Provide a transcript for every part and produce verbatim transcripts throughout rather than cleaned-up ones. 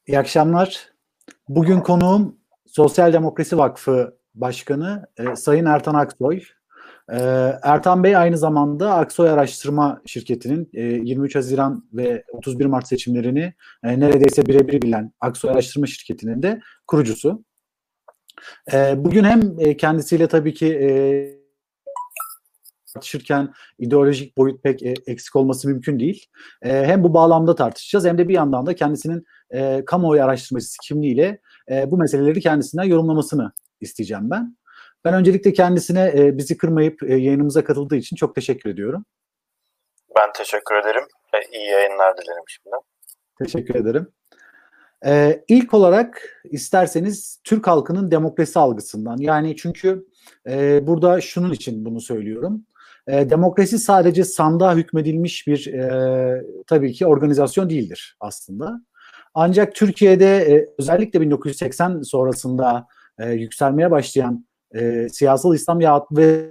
İyi akşamlar. Bugün konuğum Sosyal Demokrasi Vakfı Başkanı e, Sayın Ertan Aksoy. E, Ertan Bey aynı zamanda Aksoy Araştırma Şirketi'nin e, yirmi üç Haziran ve otuz bir Mart seçimlerini e, neredeyse birebir bilen Aksoy Araştırma Şirketi'nin de kurucusu. E, bugün hem e, kendisiyle tabii ki e, tartışırken ideolojik boyut pek e, eksik olması mümkün değil. E, hem bu bağlamda tartışacağız hem de bir yandan da kendisinin e, kamuoyu araştırmacısı kimliğiyle e, bu meseleleri kendisinden yorumlamasını isteyeceğim ben. Ben öncelikle kendisine e, bizi kırmayıp e, yayınımıza katıldığı için çok teşekkür ediyorum. Ben teşekkür ederim. E, iyi yayınlar dilerim şimdi. Teşekkür ederim. Ee, ilk olarak isterseniz Türk halkının demokrasi algısından, yani çünkü e, burada şunun için bunu söylüyorum. E, demokrasi sadece sandığa hükmedilmiş bir e, tabii ki organizasyon değildir aslında. Ancak Türkiye'de e, özellikle bin dokuz yüz seksen sonrasında e, yükselmeye başlayan e, siyasal İslam yahut ve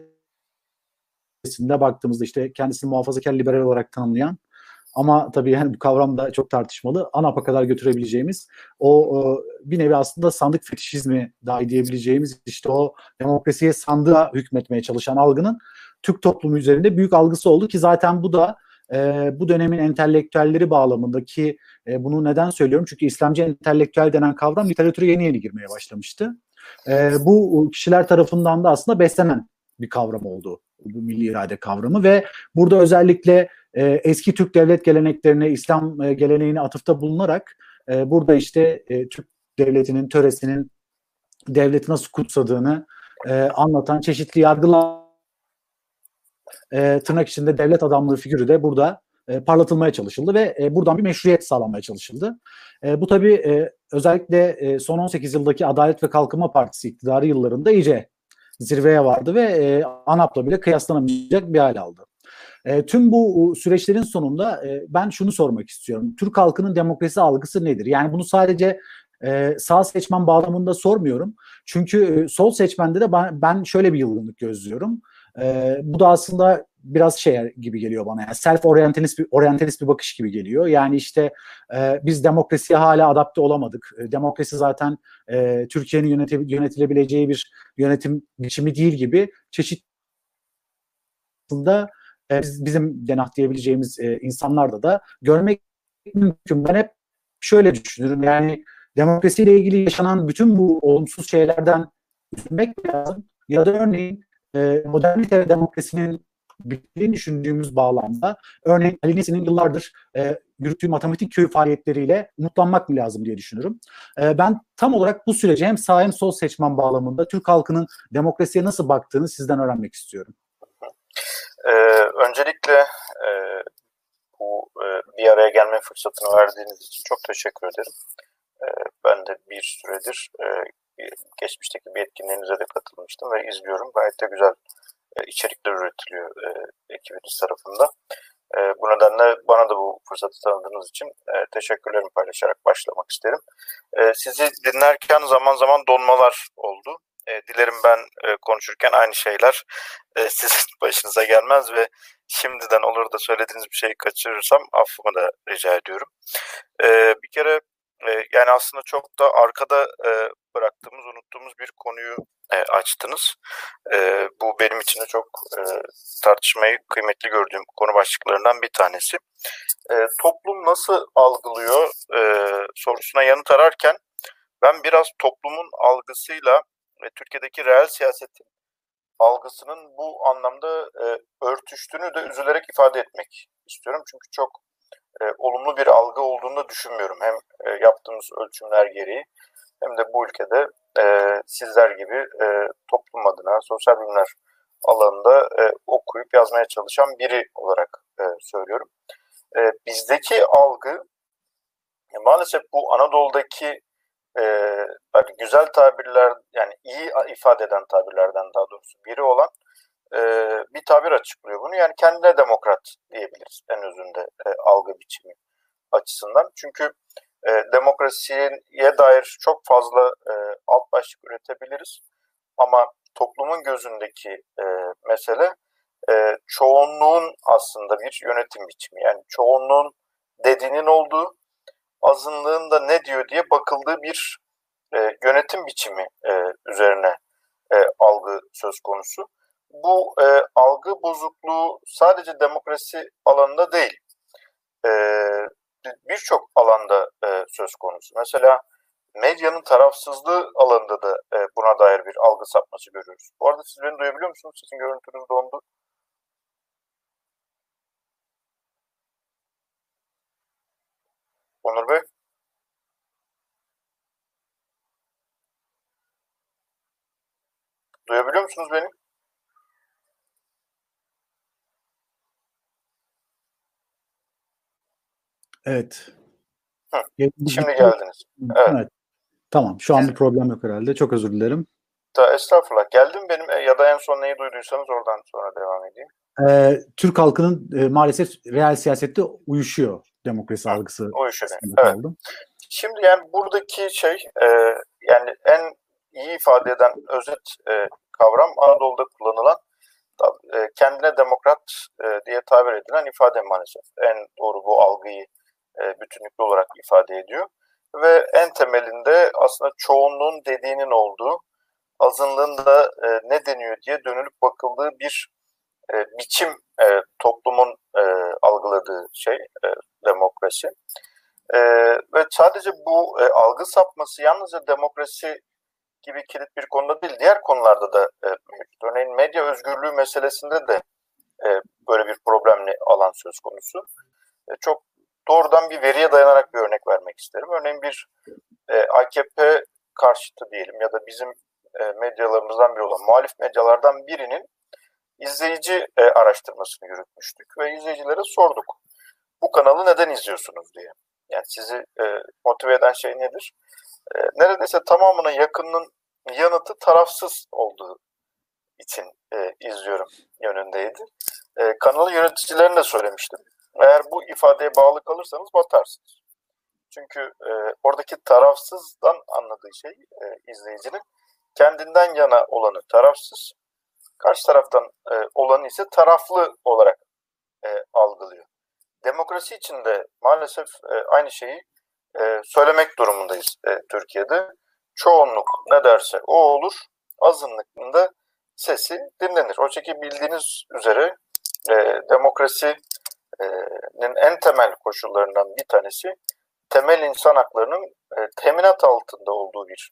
baktığımızda işte kendisini muhafazakar liberal olarak tanımlayan ama tabii yani bu kavram da çok tartışmalı. ANAP'a kadar götürebileceğimiz o, o bir nevi aslında sandık fetişizmi dahi diyebileceğimiz işte o demokrasiye sandığa hükmetmeye çalışan algının Türk toplumu üzerinde büyük algısı oldu ki zaten bu da e, bu dönemin entelektüelleri bağlamındaki e, bunu neden söylüyorum? Çünkü İslamcı entelektüel denen kavram literatüre yeni yeni girmeye başlamıştı. E, bu kişiler tarafından da aslında beslenen bir kavram oldu bu milli irade kavramı ve burada özellikle e, eski Türk devlet geleneklerine, İslam e, geleneğine atıfta bulunarak e, burada işte e, Türk devletinin, töresinin devleti nasıl kutsadığını e, anlatan çeşitli yargılar, e, tırnak içinde devlet adamlığı figürü de burada e, parlatılmaya çalışıldı ve e, buradan bir meşruiyet sağlanmaya çalışıldı. E, bu tabii e, özellikle e, son on sekiz yıldaki Adalet ve Kalkınma Partisi iktidarı yıllarında iyice zirveye vardı ve e, ANAP'la bile kıyaslanamayacak bir hal aldı. E, tüm bu süreçlerin sonunda e, ben şunu sormak istiyorum. Türk halkının demokrasi algısı nedir? Yani bunu sadece e, sağ seçmen bağlamında sormuyorum. Çünkü e, sol seçmende de ben, ben şöyle bir yılgınlık gözlüyorum. E, bu da aslında biraz şey gibi geliyor bana. Yani self orientalist bir, orientalist bir bakış gibi geliyor. Yani işte e, biz demokrasiye hala adapte olamadık. E, demokrasi zaten e, Türkiye'nin yönete, yönetilebileceği bir yönetim biçimi değil gibi çeşitli e, bizim cenah diyebileceğimiz e, insanlarda da görmek mümkün. Ben hep şöyle düşünürüm, yani demokrasiyle ilgili yaşanan bütün bu olumsuz şeylerden üzülmek lazım. Ya da örneğin e, modernite demokrasinin bittiğini düşündüğümüz bağlamda örneğin Ali Nesin'in yıllardır e, yürüttüğü matematik köyü faaliyetleriyle umutlanmak mı lazım diye düşünürüm. E, ben tam olarak bu sürece hem sağ hem sol seçmen bağlamında Türk halkının demokrasiye nasıl baktığını sizden öğrenmek istiyorum. Ee, öncelikle e, bu e, bir araya gelme fırsatını verdiğiniz için çok teşekkür ederim. E, ben de bir süredir e, geçmişteki bir etkinliğinize de katılmıştım ve izliyorum. Gayet de güzel e, içerikler üretiliyor e, ekibiniz tarafından. E, bu nedenle bana da bu fırsatı tanıdığınız için e, teşekkürlerimi paylaşarak başlamak isterim. E, sizi dinlerken zaman zaman donmalar oldu. E, dilerim ben e, konuşurken aynı şeyler e, sizin başınıza gelmez ve şimdiden olur da söylediğiniz bir şeyi kaçırırsam affımı da rica ediyorum. E, bir kere e, yani aslında çok da arkada e, bıraktığımız, unuttuğumuz bir konuyu e, açtınız. E, bu benim için de çok e, tartışmayı kıymetli gördüğüm konu başlıklarından bir tanesi. E, toplum nasıl algılıyor e, sorusuna yanıt ararken ben biraz toplumun algısıyla ve Türkiye'deki reel siyasetin algısının bu anlamda e, örtüştüğünü de üzülerek ifade etmek istiyorum. Çünkü çok e, olumlu bir algı olduğunu da düşünmüyorum. Hem e, yaptığımız ölçümler gereği hem de bu ülkede e, sizler gibi e, toplum adına sosyal bilimler alanında e, okuyup yazmaya çalışan biri olarak e, söylüyorum. E, bizdeki algı e, maalesef bu Anadolu'daki e, hani güzel tabirler, yani iyi ifade eden tabirlerden daha doğrusu biri olan e, bir tabir açıklıyor bunu. Yani kendine demokrat diyebiliriz en özünde e, algı biçimi açısından. Çünkü e, demokrasiye dair çok fazla e, alt başlık üretebiliriz. Ama toplumun gözündeki e, mesele e, çoğunluğun aslında bir yönetim biçimi. Yani çoğunluğun dediğinin olduğu azınlığın da ne diyor diye bakıldığı bir e, yönetim biçimi e, üzerine e, algı söz konusu. Bu e, algı bozukluğu sadece demokrasi alanında değil, e, birçok alanda e, söz konusu. Mesela medyanın tarafsızlığı alanında da e, buna dair bir algı sapması görüyoruz. Bu arada siz beni duyabiliyor musunuz? Sizin görüntünüz dondu. Onur Bey? Duyabiliyor musunuz beni? Evet. Hı, Yayınımız şimdi gitti. geldiniz. Evet. Evet. Tamam. Şu an Siz, bir problem yok herhalde. Çok özür dilerim. da, estağfurullah. Geldim benim e, ya da en son neyi duyduysanız oradan sonra devam edeyim. Ee, Türk halkının e, maalesef real siyasette uyuşuyor demokrasi Hı, algısı o işe. kısmında Evet. kaldım. Şimdi yani buradaki şey e, yani en iyi ifade eden özet e, kavram Anadolu'da kullanılan e, kendine demokrat e, diye tabir edilen ifade maalesef. En doğru bu algıyı e, bütünlüklü olarak ifade ediyor. Ve en temelinde aslında çoğunluğun dediğinin olduğu, azınlığın da e, ne deniyor diye dönülüp bakıldığı bir e, biçim e, toplumun e, algıladığı şey e, demokrasi. E, ve sadece bu e, algı sapması yalnızca demokrasi gibi kilit bir konuda değil, diğer konularda da e, mevcut. Örneğin medya özgürlüğü meselesinde de e, böyle bir problemli alan söz konusu. E, çok doğrudan bir veriye dayanarak bir örnek vermek isterim. Örneğin bir e, A K P karşıtı diyelim ya da bizim e, medyalarımızdan biri olan muhalif medyalardan birinin izleyici e, araştırmasını yürütmüştük ve izleyicilere sorduk. Bu kanalı neden izliyorsunuz diye. Yani sizi e, motive eden şey nedir? E, neredeyse tamamına yakınının yanıtı tarafsız olduğu için e, izliyorum yönündeydi. E, kanalı yöneticilerine de söylemiştim. Eğer bu ifadeye bağlı kalırsanız batarsınız. Çünkü e, oradaki tarafsızdan anladığı şey e, izleyicinin kendinden yana olanı tarafsız, karşı taraftan e, olanı ise taraflı olarak e, algılıyor. Demokrasi için de maalesef e, aynı şeyi e, söylemek durumundayız e, Türkiye'de. Çoğunluk ne derse o olur, azınlığın da sesi dinlenir. Oysa ki bildiğiniz üzere e, demokrasinin en temel koşullarından bir tanesi temel insan haklarının e, teminat altında olduğu bir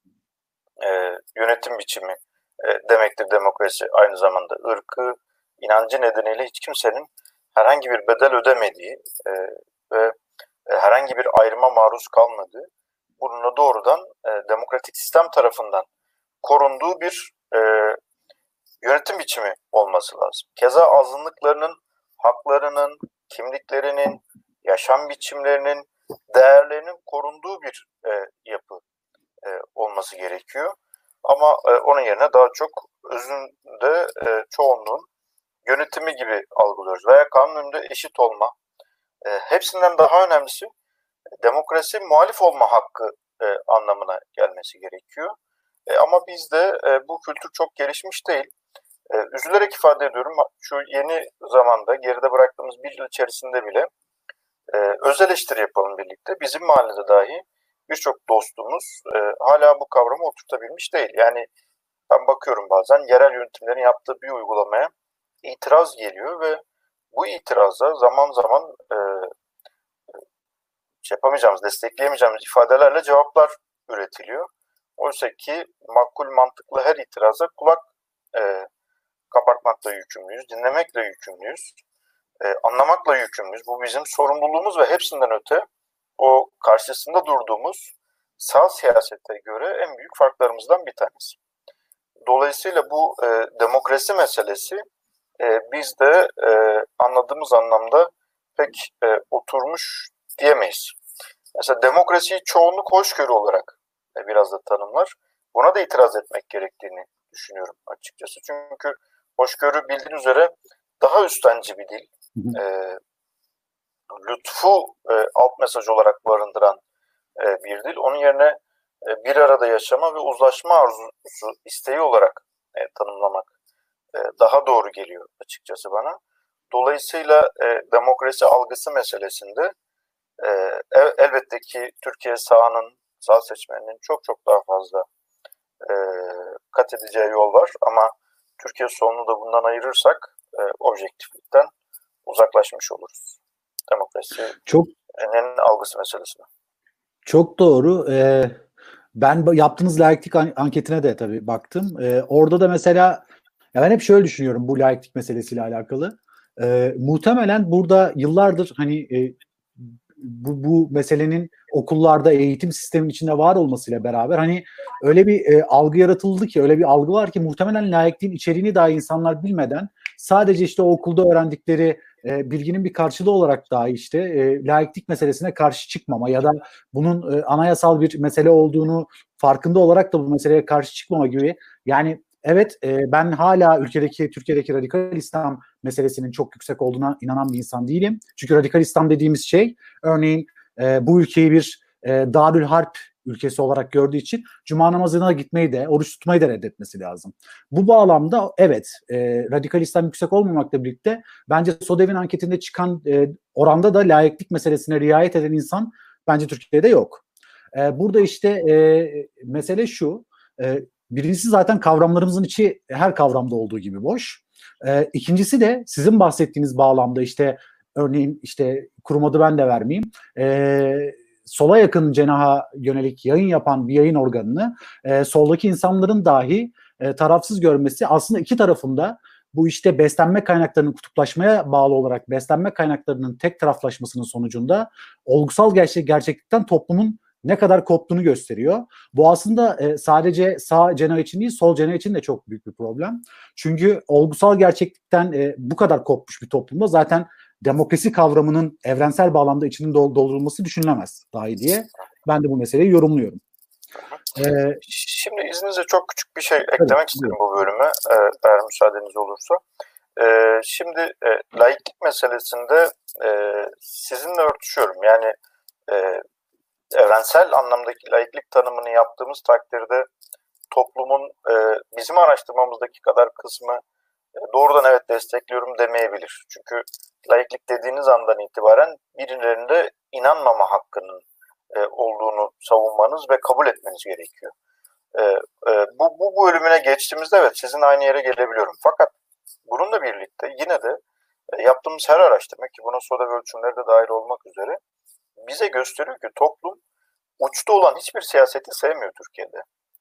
e, yönetim biçimi e, demektir demokrasi. Aynı zamanda ırkı, inancı nedeniyle hiç kimsenin herhangi bir bedel ödemediği e, ve e, herhangi bir ayrıma maruz kalmadığı, bununla doğrudan e, demokratik sistem tarafından korunduğu bir e, yönetim biçimi olması lazım. Keza azınlıklarının haklarının, kimliklerinin, yaşam biçimlerinin, değerlerinin korunduğu bir e, yapı e, olması gerekiyor. Ama e, onun yerine daha çok özünde e, çoğunluğun yönetimi gibi algılıyoruz. Veya kanun önünde eşit olma. E, hepsinden daha önemlisi demokrasi muhalif olma hakkı e, anlamına gelmesi gerekiyor. E, ama bizde e, bu kültür çok gelişmiş değil. E, üzülerek ifade ediyorum, şu yeni zamanda geride bıraktığımız bir yıl içerisinde bile e, öz eleştiri yapalım birlikte. Bizim mahallede dahi birçok dostumuz e, hala bu kavramı oturtabilmiş değil. Yani ben bakıyorum bazen yerel yönetimlerin yaptığı bir uygulamaya itiraz geliyor ve bu itiraza zaman zaman e, şey yapamayacağımız, destekleyemeyeceğimiz ifadelerle cevaplar üretiliyor. Oysa ki makul mantıklı her itiraza kulak e, kabartmakla yükümlüyüz, dinlemekle yükümlüyüz, e, anlamakla yükümlüyüz. Bu bizim sorumluluğumuz ve hepsinden öte o karşısında durduğumuz sağ siyasete göre en büyük farklarımızdan bir tanesi. Dolayısıyla bu e, demokrasi meselesi e, bizde e, anladığımız anlamda pek e, oturmuş diyemeyiz. Mesela demokrasiyi çoğunluk hoşgörü olarak e, biraz da tanımlar. Buna da itiraz etmek gerektiğini düşünüyorum açıkçası. Çünkü hoşgörü bildiğiniz üzere daha üstenci bir dil. E, lütfu e, alt mesaj olarak barındıran e, bir dil. Onun yerine e, bir arada yaşama ve uzlaşma arzusu, isteği olarak e, tanımlamak e, daha doğru geliyor açıkçası bana. Dolayısıyla e, demokrasi algısı meselesinde E, el, elbette ki Türkiye sağının, sağ seçmeninin çok çok daha fazla e, kat edeceği yol var ama Türkiye solunu da bundan ayırırsak e, objektiflikten uzaklaşmış oluruz. Demokrasinin algısı meselesine. Çok doğru. Ee, ben yaptığınız laiklik an- anketine de tabii baktım. Ee, orada da mesela ya ben hep şöyle düşünüyorum bu laiklik meselesiyle alakalı. Ee, muhtemelen burada yıllardır hani e, bu, bu meselenin okullarda eğitim sistemin içinde var olmasıyla beraber hani öyle bir e, algı yaratıldı ki öyle bir algı var ki muhtemelen laikliğin içeriğini dahi insanlar bilmeden sadece işte o okulda öğrendikleri e, bilginin bir karşılığı olarak dahi işte e, laiklik meselesine karşı çıkmama ya da bunun e, anayasal bir mesele olduğunu farkında olarak da bu meseleye karşı çıkmama gibi yani evet e, ben hala ülkedeki Türkiye'deki radikal İslam meselesinin çok yüksek olduğuna inanan bir insan değilim. Çünkü radikal İslam dediğimiz şey örneğin e, bu ülkeyi bir e, Darül Harp ülkesi olarak gördüğü için cuma namazına gitmeyi de oruç tutmayı da reddetmesi lazım. Bu bağlamda evet e, radikal İslam yüksek olmamakla birlikte bence SODEV'in anketinde çıkan e, oranda da laiklik meselesine riayet eden insan bence Türkiye'de yok. E, burada işte e, mesele şu e, birincisi zaten kavramlarımızın içi her kavramda olduğu gibi boş. E, ikincisi de sizin bahsettiğiniz bağlamda işte örneğin işte kurum adı ben de vermeyeyim. E, sola yakın cenaha yönelik yayın yapan bir yayın organını e, soldaki insanların dahi e, tarafsız görmesi aslında iki tarafında bu işte beslenme kaynaklarının kutuplaşmaya bağlı olarak beslenme kaynaklarının tek taraflaşmasının sonucunda olgusal gerçek, gerçeklikten toplumun ne kadar koptuğunu gösteriyor. Bu aslında e, sadece sağ cenah için değil, sol cenah için de çok büyük bir problem. Çünkü olgusal gerçeklikten e, bu kadar kopmuş bir toplumda zaten demokrasi kavramının evrensel bağlamda içinin doldurulması düşünülemez dahi diye ben de bu meseleyi yorumluyorum. Ee, Şimdi izninizle çok küçük bir şey eklemek tabii, isterim bu bölüme e, eğer müsaadeniz olursa. E, şimdi e, laiklik meselesinde e, sizinle örtüşüyorum. Yani e, evrensel anlamdaki laiklik tanımını yaptığımız takdirde toplumun e, bizim araştırmamızdaki kadar kısmı e, doğrudan evet destekliyorum demeyebilir. Çünkü laiklik dediğiniz andan itibaren birilerinde inanmama hakkının e, olduğunu savunmanız ve kabul etmeniz gerekiyor. E, e, bu, bu bölümüne geçtiğimizde evet sizin aynı yere gelebiliyorum. Fakat bununla birlikte yine de e, yaptığımız her araştırma ki buna SODEV ölçümleri de dahil olmak üzere bize gösteriyor ki toplum uçta olan hiçbir siyaseti sevmiyor Türkiye'de.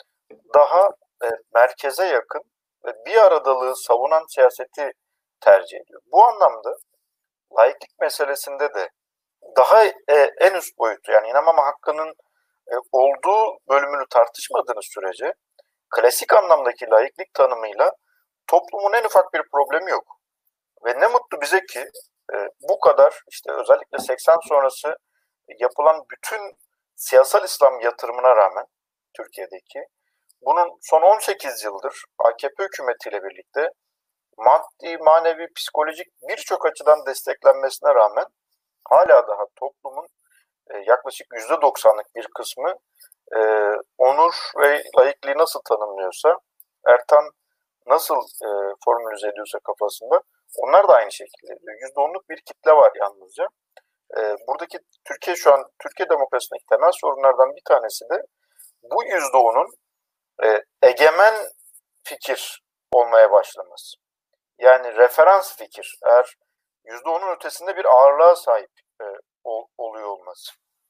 Daha e, merkeze yakın ve bir aradalığı savunan siyaseti tercih ediyor. Bu anlamda laiklik meselesinde de daha e, en üst boyutu yani inanmama hakkının e, olduğu bölümünü tartışmadığınız sürece klasik anlamdaki laiklik tanımıyla toplumun en ufak bir problemi yok. Ve ne mutlu bize ki e, bu kadar işte özellikle seksen sonrası yapılan bütün siyasal İslam yatırımına rağmen Türkiye'deki bunun son on sekiz yıldır A K P hükümetiyle birlikte maddi, manevi, psikolojik birçok açıdan desteklenmesine rağmen hala daha toplumun e, yaklaşık yüzde doksanlık bir kısmı e, onur ve laikliği nasıl tanımlıyorsa, Ertan nasıl e, formülize ediyorsa kafasında onlar da aynı şekilde ediyor. yüzde onluk bir kitle var yalnızca. E, buradaki Türkiye şu an Türkiye demokrasisindeki temel sorunlardan bir tanesi de bu yüzde onun e, egemen fikir olmaya başlaması. Yani referans fikir. Eğer yüzde onun ötesinde bir ağırlığa sahip e, ol, oluyor olması.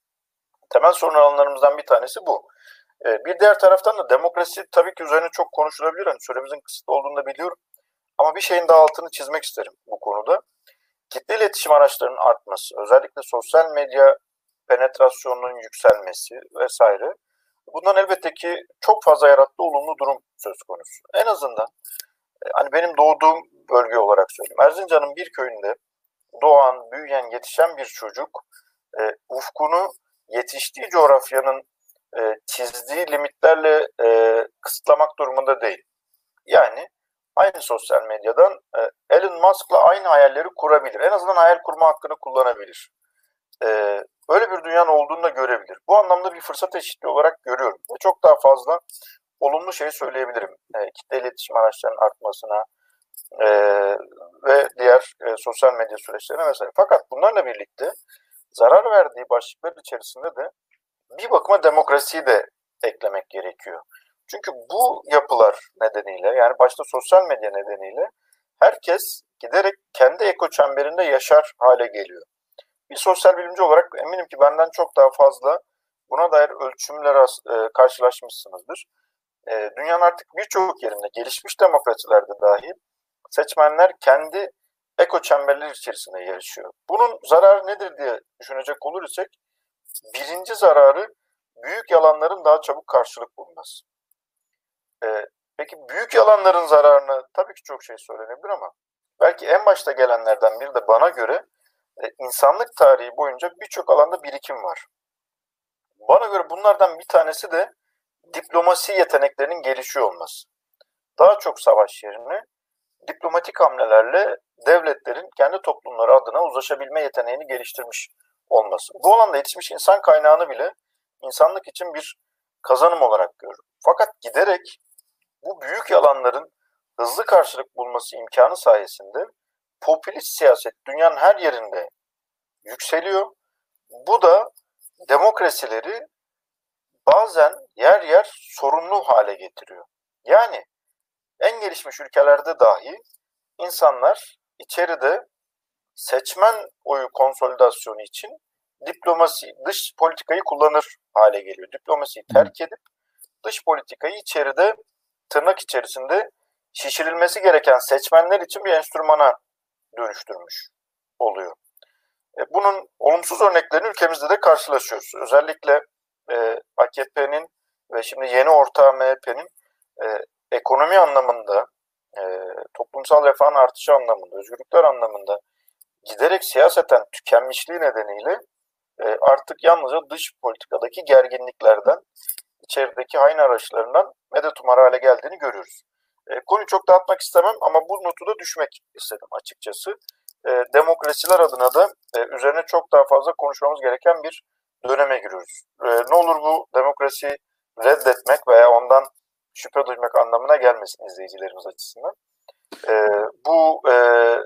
Temel sorun alanlarımızdan bir tanesi bu. E, bir diğer taraftan da demokrasi tabii ki üzerine çok konuşulabilir. Hani süremizin kısıtlı olduğunu da biliyorum. Ama bir şeyin daha altını çizmek isterim bu konuda. Kitle iletişim araçlarının artması, özellikle sosyal medya penetrasyonunun yükselmesi vesaire. Bundan elbette ki çok fazla yarattığı olumlu durum söz konusu. En azından hani benim doğduğum bölge olarak söyleyeyim. Erzincan'ın bir köyünde doğan, büyüyen, yetişen bir çocuk e, ufkunu yetiştiği coğrafyanın e, çizdiği limitlerle e, kısıtlamak durumunda değil. Yani aynı sosyal medyadan e, Elon Musk'la aynı hayalleri kurabilir. En azından hayal kurma hakkını kullanabilir. E, böyle bir dünyanın olduğunu da görebilir. Bu anlamda bir fırsat eşitliği olarak görüyorum. Ve çok daha fazla olumlu şey söyleyebilirim. E, kitle iletişim araçlarının artmasına e, ve diğer e, sosyal medya süreçlerine vesaire. Fakat bunlarla birlikte zarar verdiği başlıklar içerisinde de bir bakıma demokrasiyi de eklemek gerekiyor. Çünkü bu yapılar nedeniyle, yani başta sosyal medya nedeniyle herkes giderek kendi eko çemberinde yaşar hale geliyor. Bir sosyal bilimci olarak eminim ki benden çok daha fazla buna dair ölçümler e, karşılaşmışsınızdır. E, dünyanın artık birçok yerinde, gelişmiş demokrasilerde dahi seçmenler kendi eko çemberleri içerisinde yaşıyor. Bunun zararı nedir diye düşünecek olur isek, birinci zararı büyük yalanların daha çabuk karşılık bulması. Ee, peki büyük yalanların zararını tabii ki çok şey söylenebilir ama belki en başta gelenlerden biri de bana göre e, insanlık tarihi boyunca birçok alanda birikim var. Bana göre bunlardan bir tanesi de diplomasi yeteneklerinin gelişiyor olması. Daha çok savaş yerine diplomatik hamlelerle devletlerin kendi toplumları adına uzlaşabilme yeteneğini geliştirmiş olması. Bu alanda yetişmiş insan kaynağını bile insanlık için bir kazanım olarak görüyorum. Fakat giderek bu büyük yalanların hızlı karşılık bulması imkanı sayesinde popülist siyaset dünyanın her yerinde yükseliyor. Bu da demokrasileri bazen yer yer sorunlu hale getiriyor. Yani en gelişmiş ülkelerde dahi insanlar içeride seçmen oyu konsolidasyonu için diplomasi, dış politikayı kullanır hale geliyor. Diplomasiyi terk edip dış politikayı içeride tırnak içerisinde şişirilmesi gereken seçmenler için bir enstrümana dönüştürmüş oluyor. E, bunun olumsuz örneklerini ülkemizde de karşılaşıyoruz. Özellikle e, A K P'nin ve şimdi yeni ortağı M H P'nin e, ekonomi anlamında, e, toplumsal refahın artışı anlamında, özgürlükler anlamında giderek siyaseten tükenmişliği nedeniyle e, artık yalnızca dış politikadaki gerginliklerden, içerideki hain araçlarından medet umar hale geldiğini görüyoruz. E, konuyu çok dağıtmak istemem ama bu notu da düşmek istedim açıkçası. E, demokrasiler adına da e, üzerine çok daha fazla konuşmamız gereken bir döneme giriyoruz. E, ne olur bu demokrasiyi reddetmek veya ondan şüphe duymak anlamına gelmesin izleyicilerimiz açısından. E, bu e,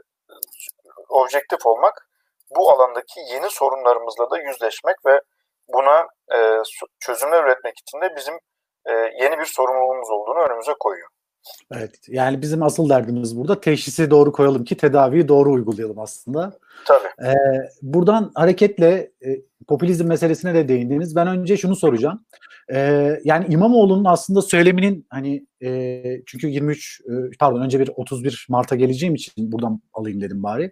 objektif olmak, bu alandaki yeni sorunlarımızla da yüzleşmek ve buna e, çözümler üretmek için de bizim e, yeni bir sorumluluğumuz olduğunu önümüze koyuyor. Evet, yani bizim asıl derdimiz burada teşhisi doğru koyalım ki tedaviyi doğru uygulayalım aslında. Tabii. Ee, buradan hareketle e, popülizm meselesine de değindiniz. Ben önce şunu soracağım. Ee, yani İmamoğlu'nun aslında söyleminin hani e, çünkü yirmi üç e, pardon önce bir otuz bir Mart'a geleceğim için buradan alayım dedim bari.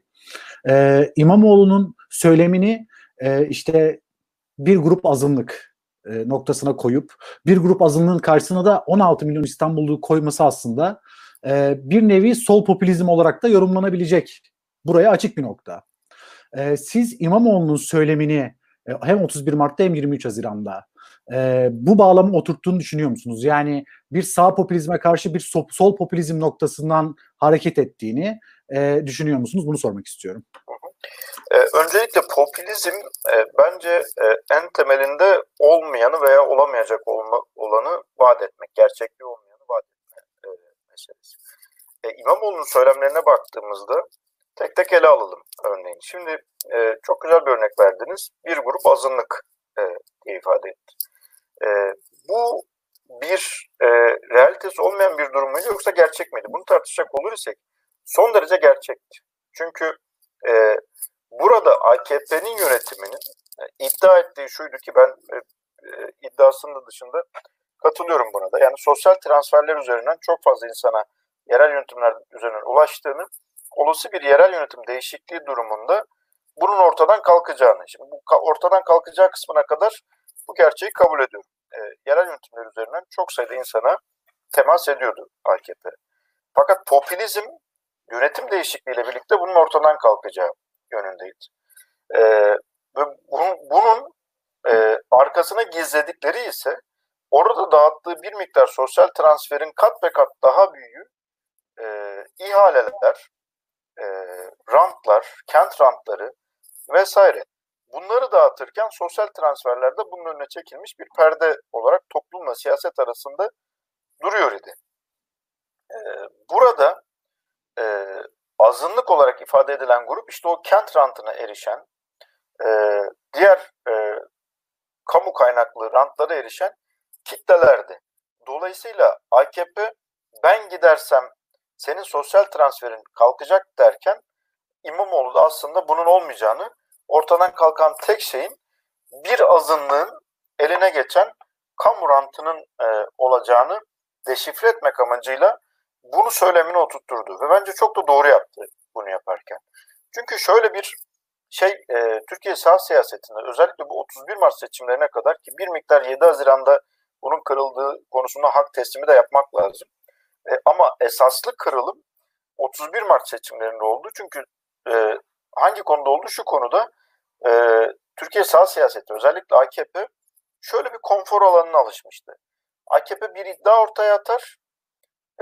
Ee, İmamoğlu'nun söylemini e, işte bir grup azınlık e, noktasına koyup bir grup azınlığın karşısına da on altı milyon İstanbulluyu koyması aslında e, bir nevi sol popülizm olarak da yorumlanabilecek. Buraya açık bir nokta. E, siz İmamoğlu'nun söylemini e, hem otuz bir Mart'ta hem yirmi üç Haziran'da e, bu bağlamı oturttuğunu düşünüyor musunuz? Yani bir sağ popülizme karşı bir sol, sol popülizm noktasından hareket ettiğini e, düşünüyor musunuz? Bunu sormak istiyorum. Ee, öncelikle popülizm e, bence e, en temelinde olmayanı veya olamayacak olma, olanı vaat etmek, gerçekliği olmayanı vaat etme e, meselesi. E, İmamoğlu'nun söylemlerine baktığımızda tek tek ele alalım örneğin. Şimdi e, çok güzel bir örnek verdiniz. Bir grup azınlık e, diye ifade etti. E, bu bir e, realitesi olmayan bir durum muydu yoksa gerçek miydi? Bunu tartışacak olur isek son derece gerçekti. Çünkü e, burada A K P'nin yönetiminin e, iddia ettiği şuydu ki ben e, e, iddiasının dışında katılıyorum buna da. Yani sosyal transferler üzerinden çok fazla insana yerel yönetimler üzerinden ulaştığını, olası bir yerel yönetim değişikliği durumunda bunun ortadan kalkacağını. Şimdi bu ortadan kalkacağı kısmına kadar bu gerçeği kabul ediyorum. E, yerel yönetimler üzerinden çok sayıda insana temas ediyordu A K P. Fakat popülizm yönetim değişikliğiyle birlikte bunun ortadan kalkacağı yönündeydi. E, ve bunun, bunun e, arkasına gizledikleri ise orada dağıttığı bir miktar sosyal transferin kat be kat daha büyüğü e, ihaleler, e, rantlar, kent rantları vesaire. Bunları dağıtırken sosyal transferlerde bunun önüne çekilmiş bir perde olarak toplumla siyaset arasında duruyor idi. E, burada e, azınlık olarak ifade edilen grup işte o kent rantına erişen, e, diğer e, kamu kaynaklı rantlara erişen kitlelerdi. Dolayısıyla A K P ben gidersem senin sosyal transferin kalkacak derken İmamoğlu da aslında bunun olmayacağını, ortadan kalkan tek şeyin bir azınlığın eline geçen kamu rantının e, olacağını deşifre etmek amacıyla bunu söylemine oturtturdu. Ve bence çok da doğru yaptı bunu yaparken. Çünkü şöyle bir şey e, Türkiye sağ siyasetinde özellikle bu otuz bir Mart seçimlerine kadar ki bir miktar yedi Haziran'da bunun kırıldığı konusunda hak teslimi de yapmak lazım. E, ama esaslı kırılım otuz bir Mart seçimlerinde oldu. Çünkü e, hangi konuda oldu? Şu konuda e, Türkiye sağ siyaseti özellikle A K P şöyle bir konfor alanına alışmıştı. A K P bir iddia ortaya atar. E,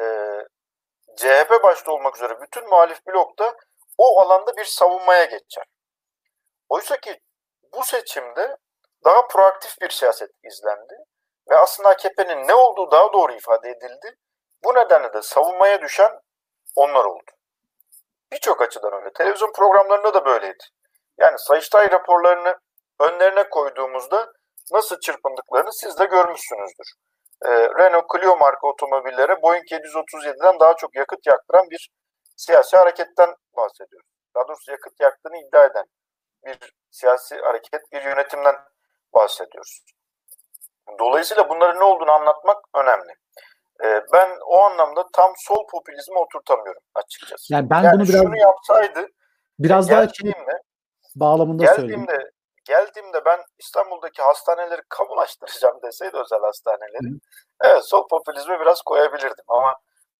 C H P başta olmak üzere bütün muhalif blokta o alanda bir savunmaya geçer. Oysa ki bu seçimde daha proaktif bir siyaset izlendi ve aslında A K P'nin ne olduğu daha doğru ifade edildi. Bu nedenle de savunmaya düşen onlar oldu. Birçok açıdan öyle. Televizyon programlarında da böyleydi. Yani Sayıştay raporlarını önlerine koyduğumuzda nasıl çırpındıklarını siz de görmüşsünüzdür. Ee, Renault Clio marka otomobillere Boeing yedi yüz otuz yedi'den daha çok yakıt yaktıran bir siyasi hareketten bahsediyoruz. Daha doğrusu yakıt yaktığını iddia eden bir siyasi hareket, bir yönetimden bahsediyoruz. Dolayısıyla bunların ne olduğunu anlatmak önemli. Ee, ben o anlamda tam sol popülizmi oturtamıyorum açıkçası. Yani ben yani bunu biraz şunu yapsaydı biraz daha şey bağlamında söyleyeyim. Geldiğimde, geldiğimde ben İstanbul'daki hastaneleri kamulaştıracağım deseydi özel hastaneleri. Hı. Evet, sol popülizmi biraz koyabilirdim ama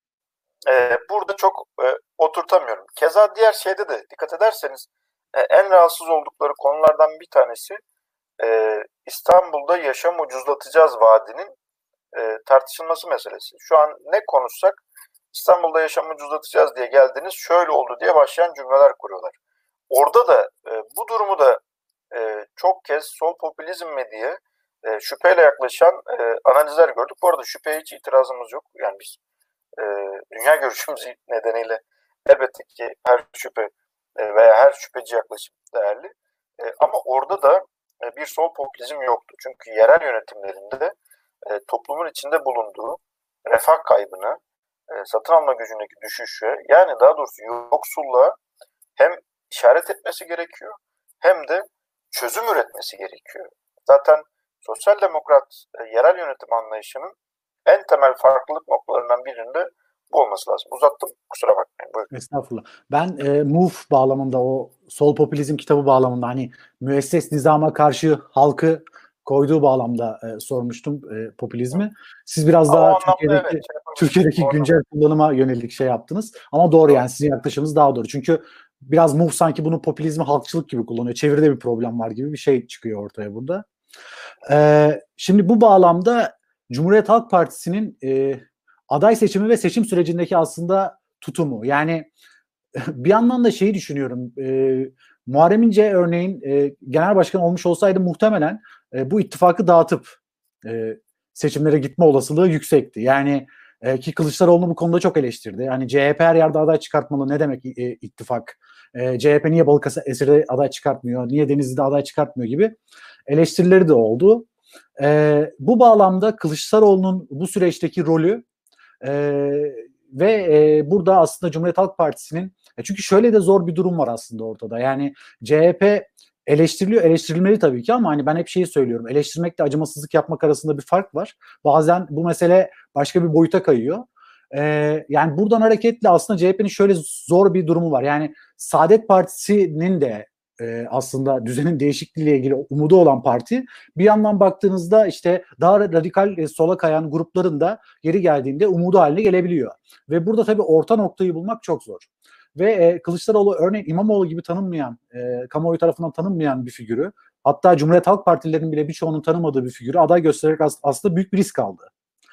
e, burada çok e, oturtamıyorum. Keza diğer şeyde de dikkat ederseniz e, en rahatsız oldukları konulardan bir tanesi e, İstanbul'da yaşam ucuzlatacağız vaadinin e, tartışılması meselesi. Şu an ne konuşsak İstanbul'da yaşam ucuzlatacağız diye geldiniz, şöyle oldu diye başlayan cümleler kuruyorlar. Orada da e, bu durumu da e, çok kez sol popülizm mi diye e, şüpheyle yaklaşan e, analizler gördük. Bu arada şüpheye hiç itirazımız yok. Yani biz e, dünya görüşümüz nedeniyle elbette ki her şüphe e, veya her şüpheci yaklaşım değerli. E, ama orada da e, bir sol popülizm yoktu. Çünkü yerel yönetimlerinde e, toplumun içinde bulunduğu refah kaybını, e, satın alma gücündeki düşüşe, yani daha doğrusu yoksulluğa hem işaret etmesi gerekiyor hem de çözüm üretmesi gerekiyor. Zaten sosyal demokrat e, yerel yönetim anlayışının en temel farklılık noktalarından birinde bu olması lazım. Uzattım, kusura bakmayın. Buyurun. Estağfurullah. Ben e, MOVE bağlamında, o sol popülizm kitabı bağlamında, hani müesses nizama karşı halkı koyduğu bağlamda e, sormuştum e, popülizmi. Siz biraz Ama daha o Türkiye'deki, evet, Türkiye'deki o güncel kullanıma yönelik şey yaptınız. Ama doğru, yani sizin yaklaşımınız daha doğru. Çünkü biraz MOVE sanki bunu popülizmi halkçılık gibi kullanıyor. Çeviride bir problem var gibi bir şey çıkıyor ortaya burada. E, şimdi bu bağlamda Cumhuriyet Halk Partisi'nin e, aday seçimi ve seçim sürecindeki aslında tutumu. Yani bir yandan da şeyi düşünüyorum. E, Muharrem İnce örneğin e, genel başkan olmuş olsaydı muhtemelen e, bu ittifakı dağıtıp e, seçimlere gitme olasılığı yüksekti. Yani e, ki Kılıçdaroğlu bu konuda çok eleştirdi. Yani C H P her yerde aday çıkartmalı. Ne demek e, ittifak? E, C H P niye Balıkesir'de aday çıkartmıyor? Niye Denizli'de aday çıkartmıyor gibi eleştirileri de oldu. E, bu bağlamda Kılıçdaroğlu'nun bu süreçteki rolü e, ve e, burada aslında Cumhuriyet Halk Partisi'nin, e, çünkü şöyle de zor bir durum var aslında ortada. Yani C H P eleştiriliyor, eleştirilmeli tabii ki, ama hani ben hep şeyi söylüyorum. Eleştirmekle acımasızlık yapmak arasında bir fark var. Bazen bu mesele başka bir boyuta kayıyor. Ee, yani buradan hareketle aslında C H P'nin şöyle zor bir durumu var. Yani Saadet Partisi'nin de e, aslında düzenin değişikliğiyle ilgili umudu olan parti. Bir yandan baktığınızda işte daha radikal e, sola kayan grupların da geri geldiğinde umudu haline gelebiliyor. Ve burada tabii orta noktayı bulmak çok zor. Ve e, Kılıçdaroğlu örneğin İmamoğlu gibi tanınmayan, e, kamuoyu tarafından tanınmayan bir figürü, hatta Cumhuriyet Halk Partililerinin bile birçoğunun tanımadığı bir figürü aday göstererek as- aslında büyük bir risk aldı.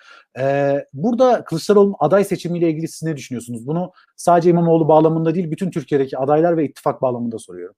Ee, burada Kılıçdaroğlu'nun aday seçimiyle ilgili siz ne düşünüyorsunuz? Bunu sadece İmamoğlu bağlamında değil, bütün Türkiye'deki adaylar ve ittifak bağlamında soruyorum.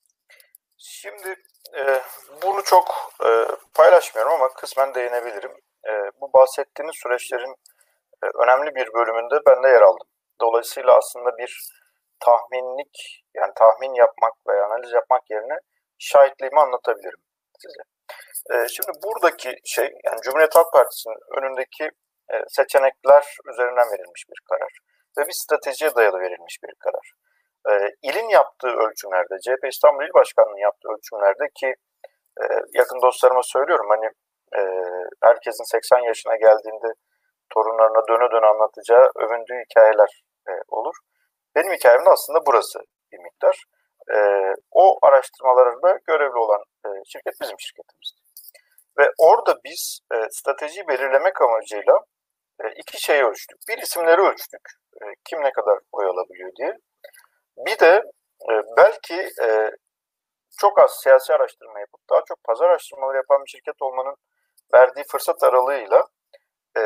Şimdi e, bunu çok e, paylaşmıyorum ama kısmen değinebilirim. E, bu bahsettiğiniz süreçlerin e, önemli bir bölümünde ben de yer aldım. Dolayısıyla aslında bir tahminlik, yani tahmin yapmak veya analiz yapmak yerine şahitliğimi anlatabilirim size. E, şimdi buradaki şey, yani Cumhuriyet Halk Partisi'nin önündeki e, seçenekler üzerinden verilmiş bir karar ve bir stratejiye dayalı verilmiş bir karar. E, ilin yaptığı ölçümlerde, C H P İstanbul İl Başkanlığı'nın yaptığı ölçümlerde ki e, yakın dostlarıma söylüyorum, hani e, herkesin seksen yaşına geldiğinde torunlarına döne döne anlatacağı, övündüğü hikayeler e, olur. Benim hikayem de aslında burası bir miktar. E, o araştırmalarında görevli olan e, şirket bizim şirketimizdi. Ve orada biz e, stratejiyi belirlemek amacıyla e, iki şeyi ölçtük. Bir, isimleri ölçtük. E, kim ne kadar oy alabiliyor diye. Bir de e, belki e, çok az siyasi araştırma yapıp daha çok pazar araştırmaları yapan bir şirket olmanın verdiği fırsat aralığıyla e,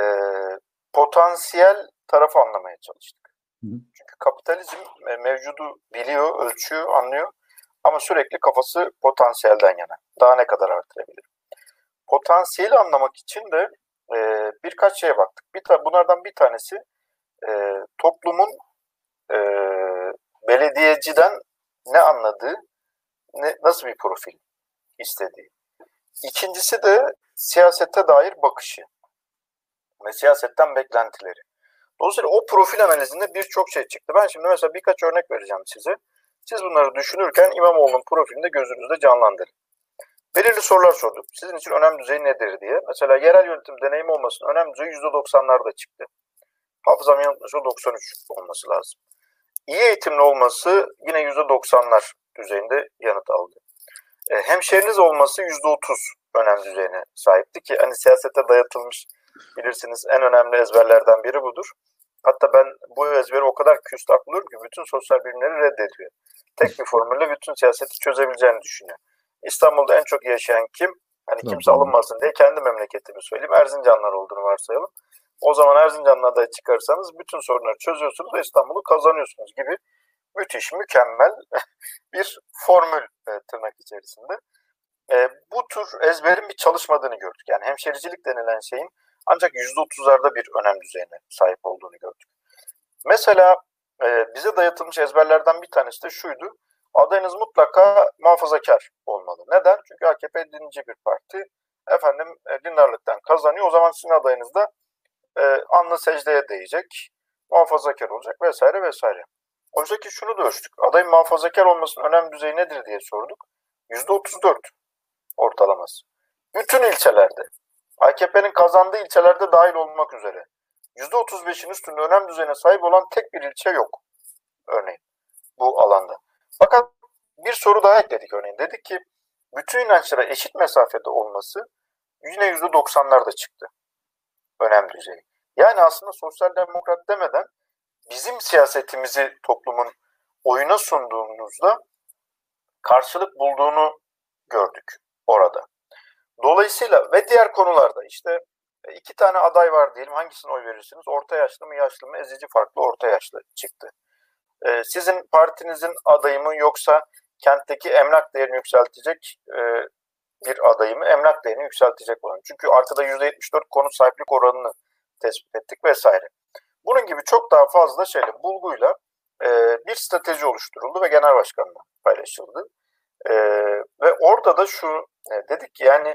potansiyel tarafı anlamaya çalıştık. Hı. Çünkü kapitalizm e, mevcudu biliyor, ölçüyor, anlıyor ama sürekli kafası potansiyelden yana. Daha ne kadar artırabilir? Potansiyeli anlamak için de e, birkaç şeye baktık. Bir ta- bunlardan bir tanesi e, toplumun e, belediyeciden ne anladığı, ne, nasıl bir profil istediği. İkincisi de siyasete dair bakışı ve siyasetten beklentileri. Dolayısıyla o profil analizinde birçok şey çıktı. Ben şimdi mesela birkaç örnek vereceğim size. Siz bunları düşünürken İmamoğlu'nun profilini de gözünüzde canlandırın. Belirli sorular sorduk. Sizin için önem düzeyi nedir diye. Mesela yerel yönetim deneyimi olmasının önem düzeyi yüzde doksanlarda çıktı. Hafızam yanılmıyorsa doksan üç olması lazım. İyi eğitimli olması yine yüzde doksanlar düzeyinde yanıt aldı. E, hemşeriniz olması yüzde otuz önem düzeyine sahipti ki hani siyasete dayatılmış, bilirsiniz, en önemli ezberlerden biri budur. Hatta ben bu ezberi o kadar küstah buluyorum ki bütün sosyal bilimleri reddediyor. Tek bir formülle bütün siyaseti çözebileceğini düşünüyor. İstanbul'da en çok yaşayan kim? Hani kimse alınmasın diye kendi memleketimi söyleyeyim. Erzincanlar olduğunu varsayalım. O zaman Erzincan'la adayı çıkarsanız bütün sorunları çözüyorsunuz ve İstanbul'u kazanıyorsunuz gibi müthiş, mükemmel bir formül e, tırnak içerisinde. E, bu tür ezberin bir çalışmadığını gördük. Yani hemşericilik denilen şeyin ancak yüzde otuzlarda bir önem düzeyine sahip olduğunu gördük. Mesela e, bize dayatılmış ezberlerden bir tanesi de şuydu. Adayınız mutlaka muhafazakar olmalı. Neden? Çünkü A K P dinci bir parti. Efendim e, dindarlıktan kazanıyor. O zaman sizin adayınız da e, alnı secdeye değecek, muhafazakar olacak vesaire vesaire. Oysa ki şunu da ölçtük. Adayın muhafazakar olmasının önem düzeyi nedir diye sorduk. yüzde otuz dört ortalaması. Bütün ilçelerde, A K P'nin kazandığı ilçelerde dahil olmak üzere yüzde otuz beşin üstünde önem düzeyine sahip olan tek bir ilçe yok. Örneğin bu alanda. Fakat bir soru daha ekledik örneğin. Dedik ki bütün inançlara eşit mesafede olması yine yüzde doksanlarda çıktı. Önem düzeyi. Yani aslında sosyal demokrat demeden bizim siyasetimizi toplumun oyuna sunduğumuzda karşılık bulduğunu gördük orada. Dolayısıyla ve diğer konularda işte iki tane aday var diyelim, hangisine oy verirsiniz? Orta yaşlı mı, yaşlı mı? Ezici farklı orta yaşlı çıktı. Ee, sizin partinizin adayı mı yoksa kentteki emlak değerini yükseltecek e, bir adayı mı? Emlak değerini yükseltecek olan. Çünkü arkada yüzde yetmiş dört konut sahiplik oranını tespit ettik vesaire. Bunun gibi çok daha fazla şeyle, bulguyla e, bir strateji oluşturuldu ve genel başkanla paylaşıldı. E, ve orada da şu e, dedik ki yani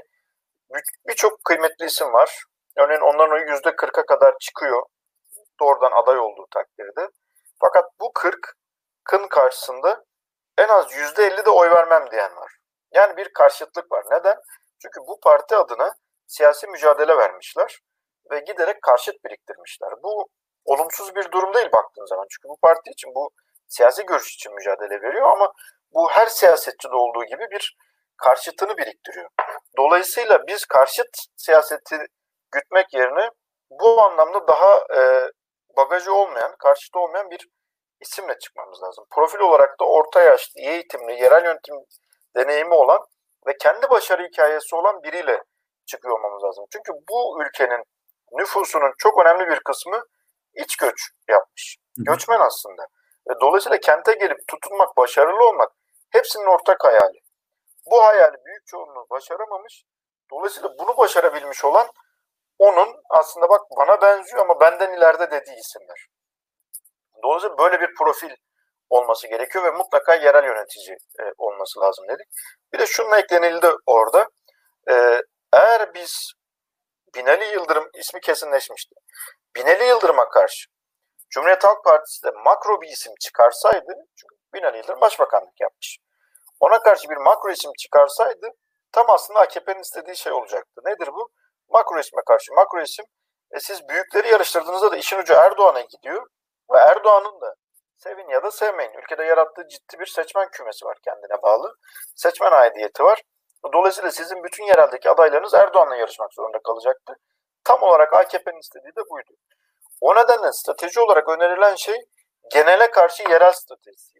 birçok kıymetli isim var. Örneğin onların oyu yüzde kırka kadar çıkıyor doğrudan aday olduğu takdirde. Fakat bu kırkın karşısında en az yüzde elli de oy vermem diyen var. Yani bir karşıtlık var. Neden? Çünkü bu parti adına siyasi mücadele vermişler ve giderek karşıt biriktirmişler. Bu olumsuz bir durum değil baktığın zaman. Çünkü bu parti için, bu siyasi görüş için mücadele veriyor ama bu her siyasetçide olduğu gibi bir karşıtını biriktiriyor. Dolayısıyla biz karşıt siyaseti gütmek yerine bu anlamda daha e, bagajı olmayan, karşıtı olmayan bir isimle çıkmamız lazım. Profil olarak da orta yaşlı, iyi eğitimli, yerel yönetim deneyimi olan ve kendi başarı hikayesi olan biriyle çıkıyor olmamız lazım. Çünkü bu ülkenin nüfusunun çok önemli bir kısmı iç göç yapmış. Göçmen aslında. Ve dolayısıyla kente gelip tutunmak, başarılı olmak hepsinin ortak hayali. Bu hayali büyük çoğunluğu başaramamış. Dolayısıyla bunu başarabilmiş olan onun aslında bak bana benziyor ama benden ileride dediği isimler. Dolayısıyla böyle bir profil olması gerekiyor ve mutlaka yerel yönetici e, olması lazım dedik. Bir de şununla eklenildi orada. E, eğer biz Binali Yıldırım ismi kesinleşmişti. Binali Yıldırım'a karşı Cumhuriyet Halk Partisi de makro bir isim çıkarsaydı, çünkü Binali Yıldırım başbakanlık yapmış. Ona karşı bir makro isim çıkarsaydı tam aslında A K P'nin istediği şey olacaktı. Nedir bu? Makro isme karşı makro isim. E siz büyükleri yarıştırdığınızda da işin ucu Erdoğan'a gidiyor. Ve Erdoğan'ın da sevin ya da sevmeyin, ülkede yarattığı ciddi bir seçmen kümesi var, kendine bağlı. Seçmen aidiyeti var. Dolayısıyla sizin bütün yereldeki adaylarınız Erdoğan'la yarışmak zorunda kalacaktı. Tam olarak A K P'nin istediği de buydu. O nedenle strateji olarak önerilen şey genele karşı yerel stratejisi.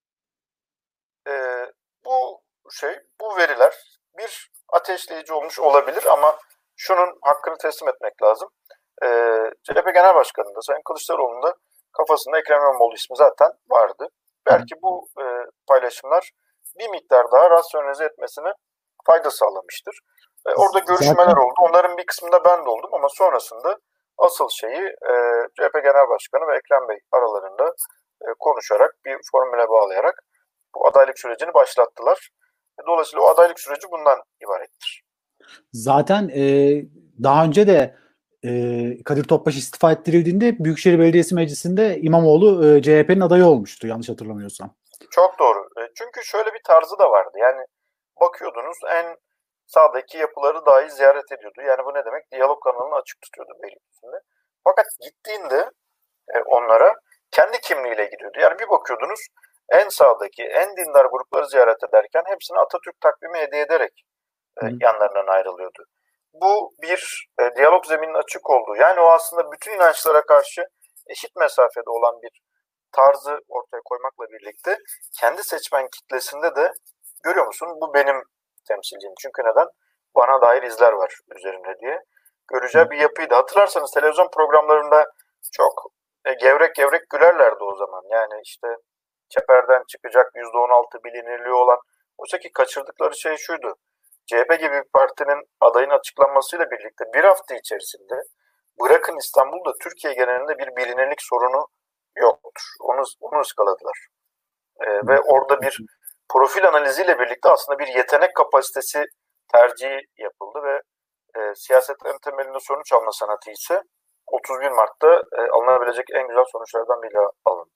Ee, bu şey, bu veriler bir ateşleyici olmuş olabilir ama şunun hakkını teslim etmek lazım. Ee, C H P Genel Başkanı'nda, Sayın Kılıçdaroğlu'nun da kafasında Ekrem İmamoğlu ismi zaten vardı. Belki bu e, paylaşımlar bir miktar daha rasyonelize etmesine fayda sağlamıştır. E, orada görüşmeler zaten oldu. Onların bir kısmında ben de oldum ama sonrasında asıl şeyi e, C H P Genel Başkanı ve Ekrem Bey aralarında e, konuşarak, bir formüle bağlayarak bu adaylık sürecini başlattılar. E, dolayısıyla o adaylık süreci bundan ibarettir. Zaten e, daha önce de e, Kadir Topbaş istifa ettirildiğinde Büyükşehir Belediyesi Meclisi'nde İmamoğlu e, C H P'nin adayı olmuştu, yanlış hatırlamıyorsam. Çok doğru. E, çünkü şöyle bir tarzı da vardı. Yani bakıyordunuz en sağdaki yapıları dahi ziyaret ediyordu. Yani bu ne demek? Diyalog kanalını açık tutuyordu Beylikdüzü'nde. Fakat gittiğinde e, onlara kendi kimliğiyle gidiyordu. Yani bir bakıyordunuz en sağdaki, en dindar grupları ziyaret ederken hepsine Atatürk takvimi hediye ederek e, yanlarından ayrılıyordu. Bu bir e, diyalog zemininin açık olduğu, yani o aslında bütün inançlara karşı eşit mesafede olan bir tarzı ortaya koymakla birlikte kendi seçmen kitlesinde de görüyor musun, bu benim temsilcim. Çünkü neden? Bana dair izler var üzerimde diye göreceği bir yapıydı. Hatırlarsanız televizyon programlarında çok e, gevrek gevrek gülerlerdi o zaman. Yani işte çeperden çıkacak yüzde on altı bilinirliği olan, oysa ki kaçırdıkları şey şuydu. C H P gibi bir partinin adayın açıklanmasıyla birlikte bir hafta içerisinde bırakın İstanbul'da, Türkiye genelinde bir bilinirlik sorunu yoktur. Onu, onu ıskaladılar. Ee, ve orada bir profil analiziyle birlikte aslında bir yetenek kapasitesi tercihi yapıldı ve e, siyasetlerin temelinde sonuç alma sanatı ise otuz bir Mart'ta e, alınabilecek en güzel sonuçlardan biri alındı.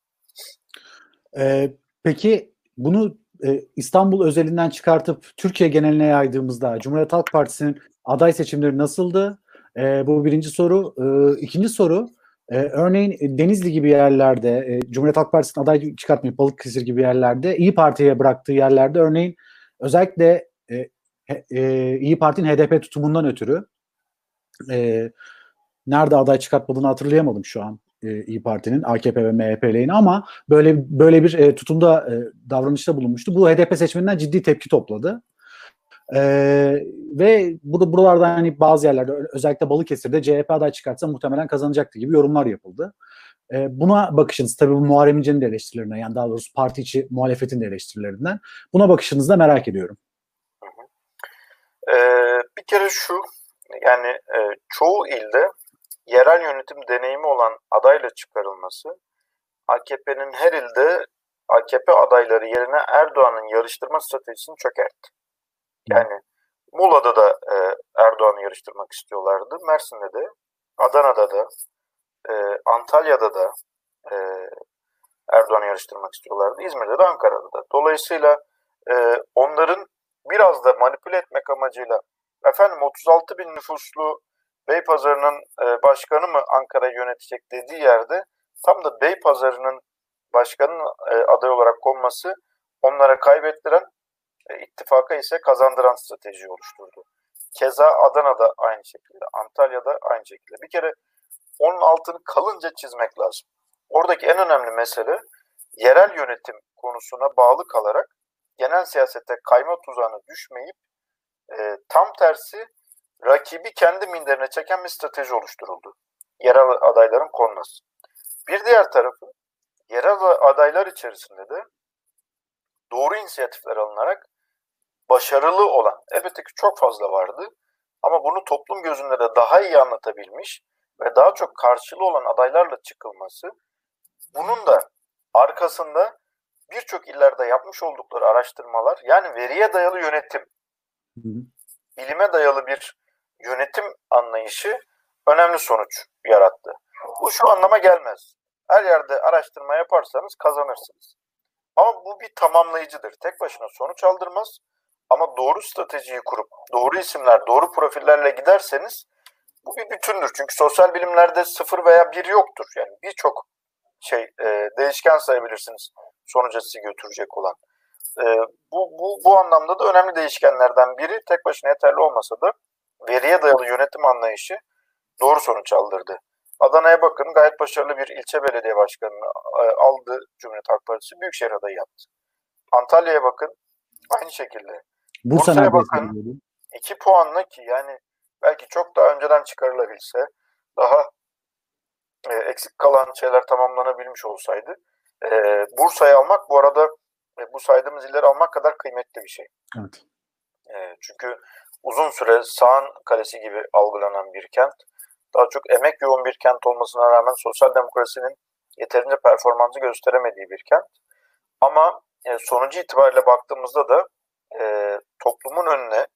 Ee, peki bunu e, İstanbul özelinden çıkartıp Türkiye geneline yaydığımızda Cumhuriyet Halk Partisi'nin aday seçimleri nasıldı? E, bu birinci soru. E, ikinci soru, e, örneğin Denizli gibi yerlerde, e, Cumhuriyet Halk Partisi'nin aday çıkartmayıp Balıkesir gibi yerlerde, İyi Parti'ye bıraktığı yerlerde, örneğin özellikle e, e, İyi Parti'nin H D P tutumundan ötürü e, nerede aday çıkartmadığını hatırlayamadım şu an. İyi Parti'nin A K P ve M H P lehine, ama böyle böyle bir e, tutumda e, davranışta bulunmuştu. Bu H D P seçmeninden ciddi tepki topladı. E, ve burada buralarda hani bazı yerlerde, özellikle Balıkesir'de C H P aday çıkartsa muhtemelen kazanacaktı gibi yorumlar yapıldı. E, buna bakışınız, tabii bu Muharrem İnce'nin de eleştirilerinden, yani daha doğrusu parti içi muhalefetin de eleştirilerinden. Buna bakışınızı da merak ediyorum. Hı hı. Ee, bir kere şu, yani e, çoğu ilde yerel yönetim deneyimi olan adayla çıkarılması A K P'nin her ilde A K P adayları yerine Erdoğan'ın yarıştırma stratejisini çökertti. Yani Muğla'da da e, Erdoğan'ı yarıştırmak istiyorlardı. Mersin'de de, Adana'da da, e, Antalya'da da e, Erdoğan'ı yarıştırmak istiyorlardı. İzmir'de de, Ankara'da da. Dolayısıyla e, onların biraz da manipüle etmek amacıyla, efendim otuz altı bin nüfuslu Beypazarı'nın e, başkanı mı Ankara'yı yönetecek dediği yerde tam da Beypazarı'nın başkanın e, aday olarak konması onlara kaybettiren, e, ittifaka ise kazandıran strateji oluşturdu. Keza Adana'da aynı şekilde, Antalya'da aynı şekilde. Bir kere onun altını kalınca çizmek lazım. Oradaki en önemli mesele yerel yönetim konusuna bağlı kalarak genel siyasette kayma tuzağına düşmeyip e, tam tersi rakibi kendi minderine çeken bir strateji oluşturuldu. Yerel adayların konması. Bir diğer tarafı, yerel adaylar içerisinde de doğru inisiyatifler alınarak başarılı olan, elbette ki çok fazla vardı, ama bunu toplum gözünde de daha iyi anlatabilmiş ve daha çok karşılığı olan adaylarla çıkılması, bunun da arkada arkasında birçok illerde yapmış oldukları araştırmalar, yani veriye dayalı yönetim, Hı hı. bilime dayalı bir yönetim anlayışı önemli sonuç yarattı. Bu şu anlama gelmez. Her yerde araştırma yaparsanız kazanırsınız. Ama bu bir tamamlayıcıdır. Tek başına sonuç aldırmaz. Ama doğru stratejiyi kurup, doğru isimler, doğru profillerle giderseniz bu bir bütündür. Çünkü sosyal bilimlerde sıfır veya bir yoktur. Yani birçok şey e, değişken sayabilirsiniz sonuca sizi götürecek olan. E, bu, bu, bu anlamda da önemli değişkenlerden biri, tek başına yeterli olmasa da veriye dayalı yönetim anlayışı doğru sonuç aldırdı. Adana'ya bakın, gayet başarılı bir ilçe belediye başkanını e, aldı Cumhuriyet Halk Partisi, büyükşehir adayı yaptı. Antalya'ya bakın, aynı şekilde. Bursa Bursa'ya neredeyse bakın, böyle. iki puanla, ki yani belki çok daha önceden çıkarılabilse, daha e, eksik kalan şeyler tamamlanabilmiş olsaydı, e, Bursa'yı almak bu arada e, bu saydığımız illeri almak kadar kıymetli bir şey. Evet. E, çünkü uzun süre Sağan Kalesi gibi algılanan bir kent, daha çok emek yoğun bir kent olmasına rağmen sosyal demokrasinin yeterince performansı gösteremediği bir kent. Ama e, sonucu itibariyle baktığımızda da e, toplumun önüne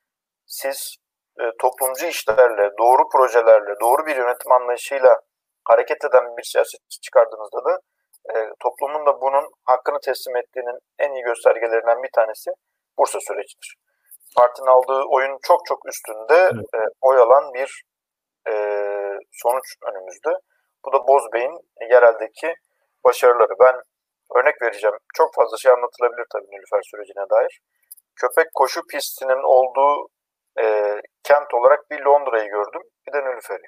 siz e, toplumcu işlerle, doğru projelerle, doğru bir yönetim anlayışıyla hareket eden bir siyasetçi çıkardığınızda da e, toplumun da bunun hakkını teslim ettiğinin en iyi göstergelerinden bir tanesi Bursa sürecidir. Partinin aldığı oyun çok çok üstünde Evet. e, oy alan bir e, sonuç önümüzde. Bu da Bozbey'in yereldeki başarıları. Ben örnek vereceğim. Çok fazla şey anlatılabilir tabii Nilüfer sürecine dair. Köpek koşu pistinin olduğu e, kent olarak bir Londra'yı gördüm, bir de Nilüfer'i.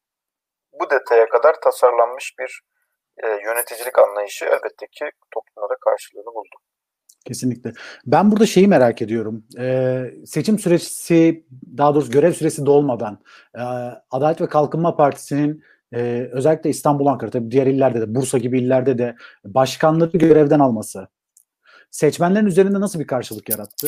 Bu detaya kadar tasarlanmış bir e, yöneticilik anlayışı elbette ki toplumda da karşılığını buldu. Kesinlikle. Ben burada şeyi merak ediyorum. Ee, seçim süresi, daha doğrusu görev süresi dolmadan e, Adalet ve Kalkınma Partisi'nin e, özellikle İstanbul, Ankara, tabii diğer illerde de, Bursa gibi illerde de başkanları görevden alması seçmenlerin üzerinde nasıl bir karşılık yarattı?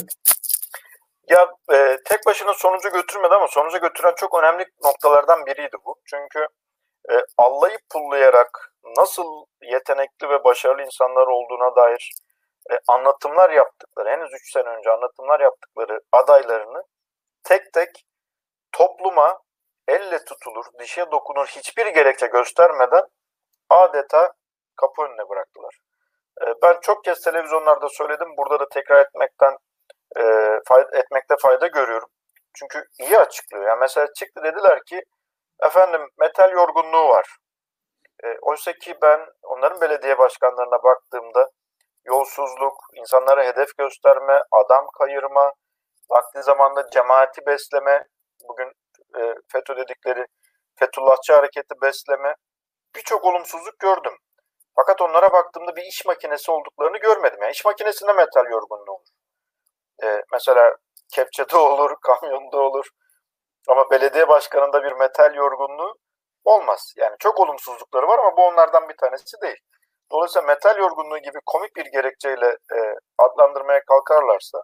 Ya e, tek başına sonucu götürmedi ama sonuca götüren çok önemli noktalardan biriydi bu. Çünkü e, allayıp pullayarak nasıl yetenekli ve başarılı insanlar olduğuna dair e, anlatımlar yaptıkları, henüz üç sene önce anlatımlar yaptıkları adaylarını tek tek topluma elle tutulur, dişe dokunur hiçbir gerekçe göstermeden adeta kapı önüne bıraktılar. E, ben çok kez televizyonlarda söyledim, burada da tekrar etmekten e, fayda, etmekte fayda görüyorum. Çünkü iyi açıklıyor. Yani mesela çıktı, dediler ki efendim metal yorgunluğu var. E, oysa ki ben onların belediye başkanlarına baktığımda yolsuzluk, insanlara hedef gösterme, adam kayırma, vakti zamanda cemaati besleme, bugün e, FETÖ dedikleri Fethullahçı hareketi besleme, birçok olumsuzluk gördüm. Fakat onlara baktığımda bir iş makinesi olduklarını görmedim. Yani iş makinesinde metal yorgunluğu olur. E, mesela kepçede olur, kamyonda olur. Ama belediye başkanında bir metal yorgunluğu olmaz. Yani çok olumsuzlukları var ama bu onlardan bir tanesi değil. Dolayısıyla metal yorgunluğu gibi komik bir gerekçeyle e, adlandırmaya kalkarlarsa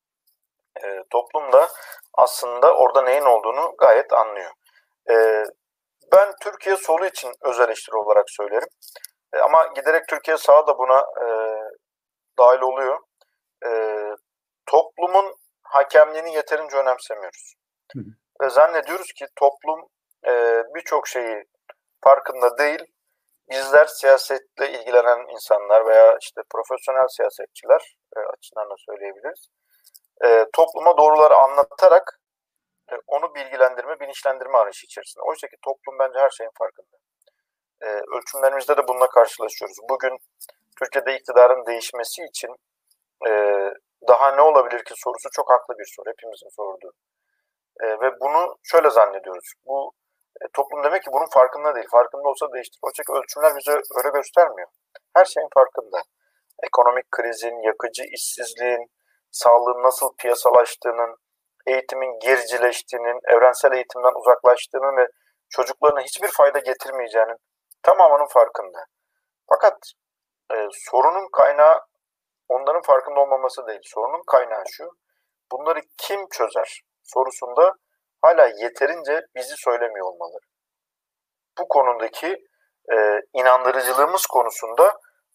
e, toplum da aslında orada neyin olduğunu gayet anlıyor. E, ben Türkiye solu için öz eleştiri olarak söylerim. E, ama giderek Türkiye sağı da buna e, dahil oluyor. E, toplumun hakemliğini yeterince önemsemiyoruz. Hı hı. Ve zannediyoruz ki toplum e, birçok şeyi farkında değil. Bizler siyasetle ilgilenen insanlar veya işte profesyonel siyasetçiler e, açısından da söyleyebiliriz. E, topluma doğruları anlatarak e, onu bilgilendirme, bilinçlendirme arayışı içerisinde. Oysa ki toplum bence her şeyin farkında. E, ölçümlerimizde de bununla karşılaşıyoruz. Bugün Türkiye'de iktidarın değişmesi için e, daha ne olabilir ki sorusu çok haklı bir soru. Hepimizin sorduğu. E, ve bunu şöyle zannediyoruz. Bu e, toplum demek ki bunun farkında değil. Farkında olsa değiştir. Oysa ki ölçümler bize öyle göstermiyor. Her şeyin farkında. Ekonomik krizin, yakıcı işsizliğin, sağlığın nasıl piyasalaştığının, eğitimin gericileştiğinin, evrensel eğitimden uzaklaştığının ve çocuklarına hiçbir fayda getirmeyeceğinin tamamının farkında. Fakat e, sorunun kaynağı onların farkında olmaması değil. Sorunun kaynağı şu: bunları kim çözer sorusunda hala yeterince bizi söylemiyor olmaları. Bu konudaki e, inandırıcılığımız konusunda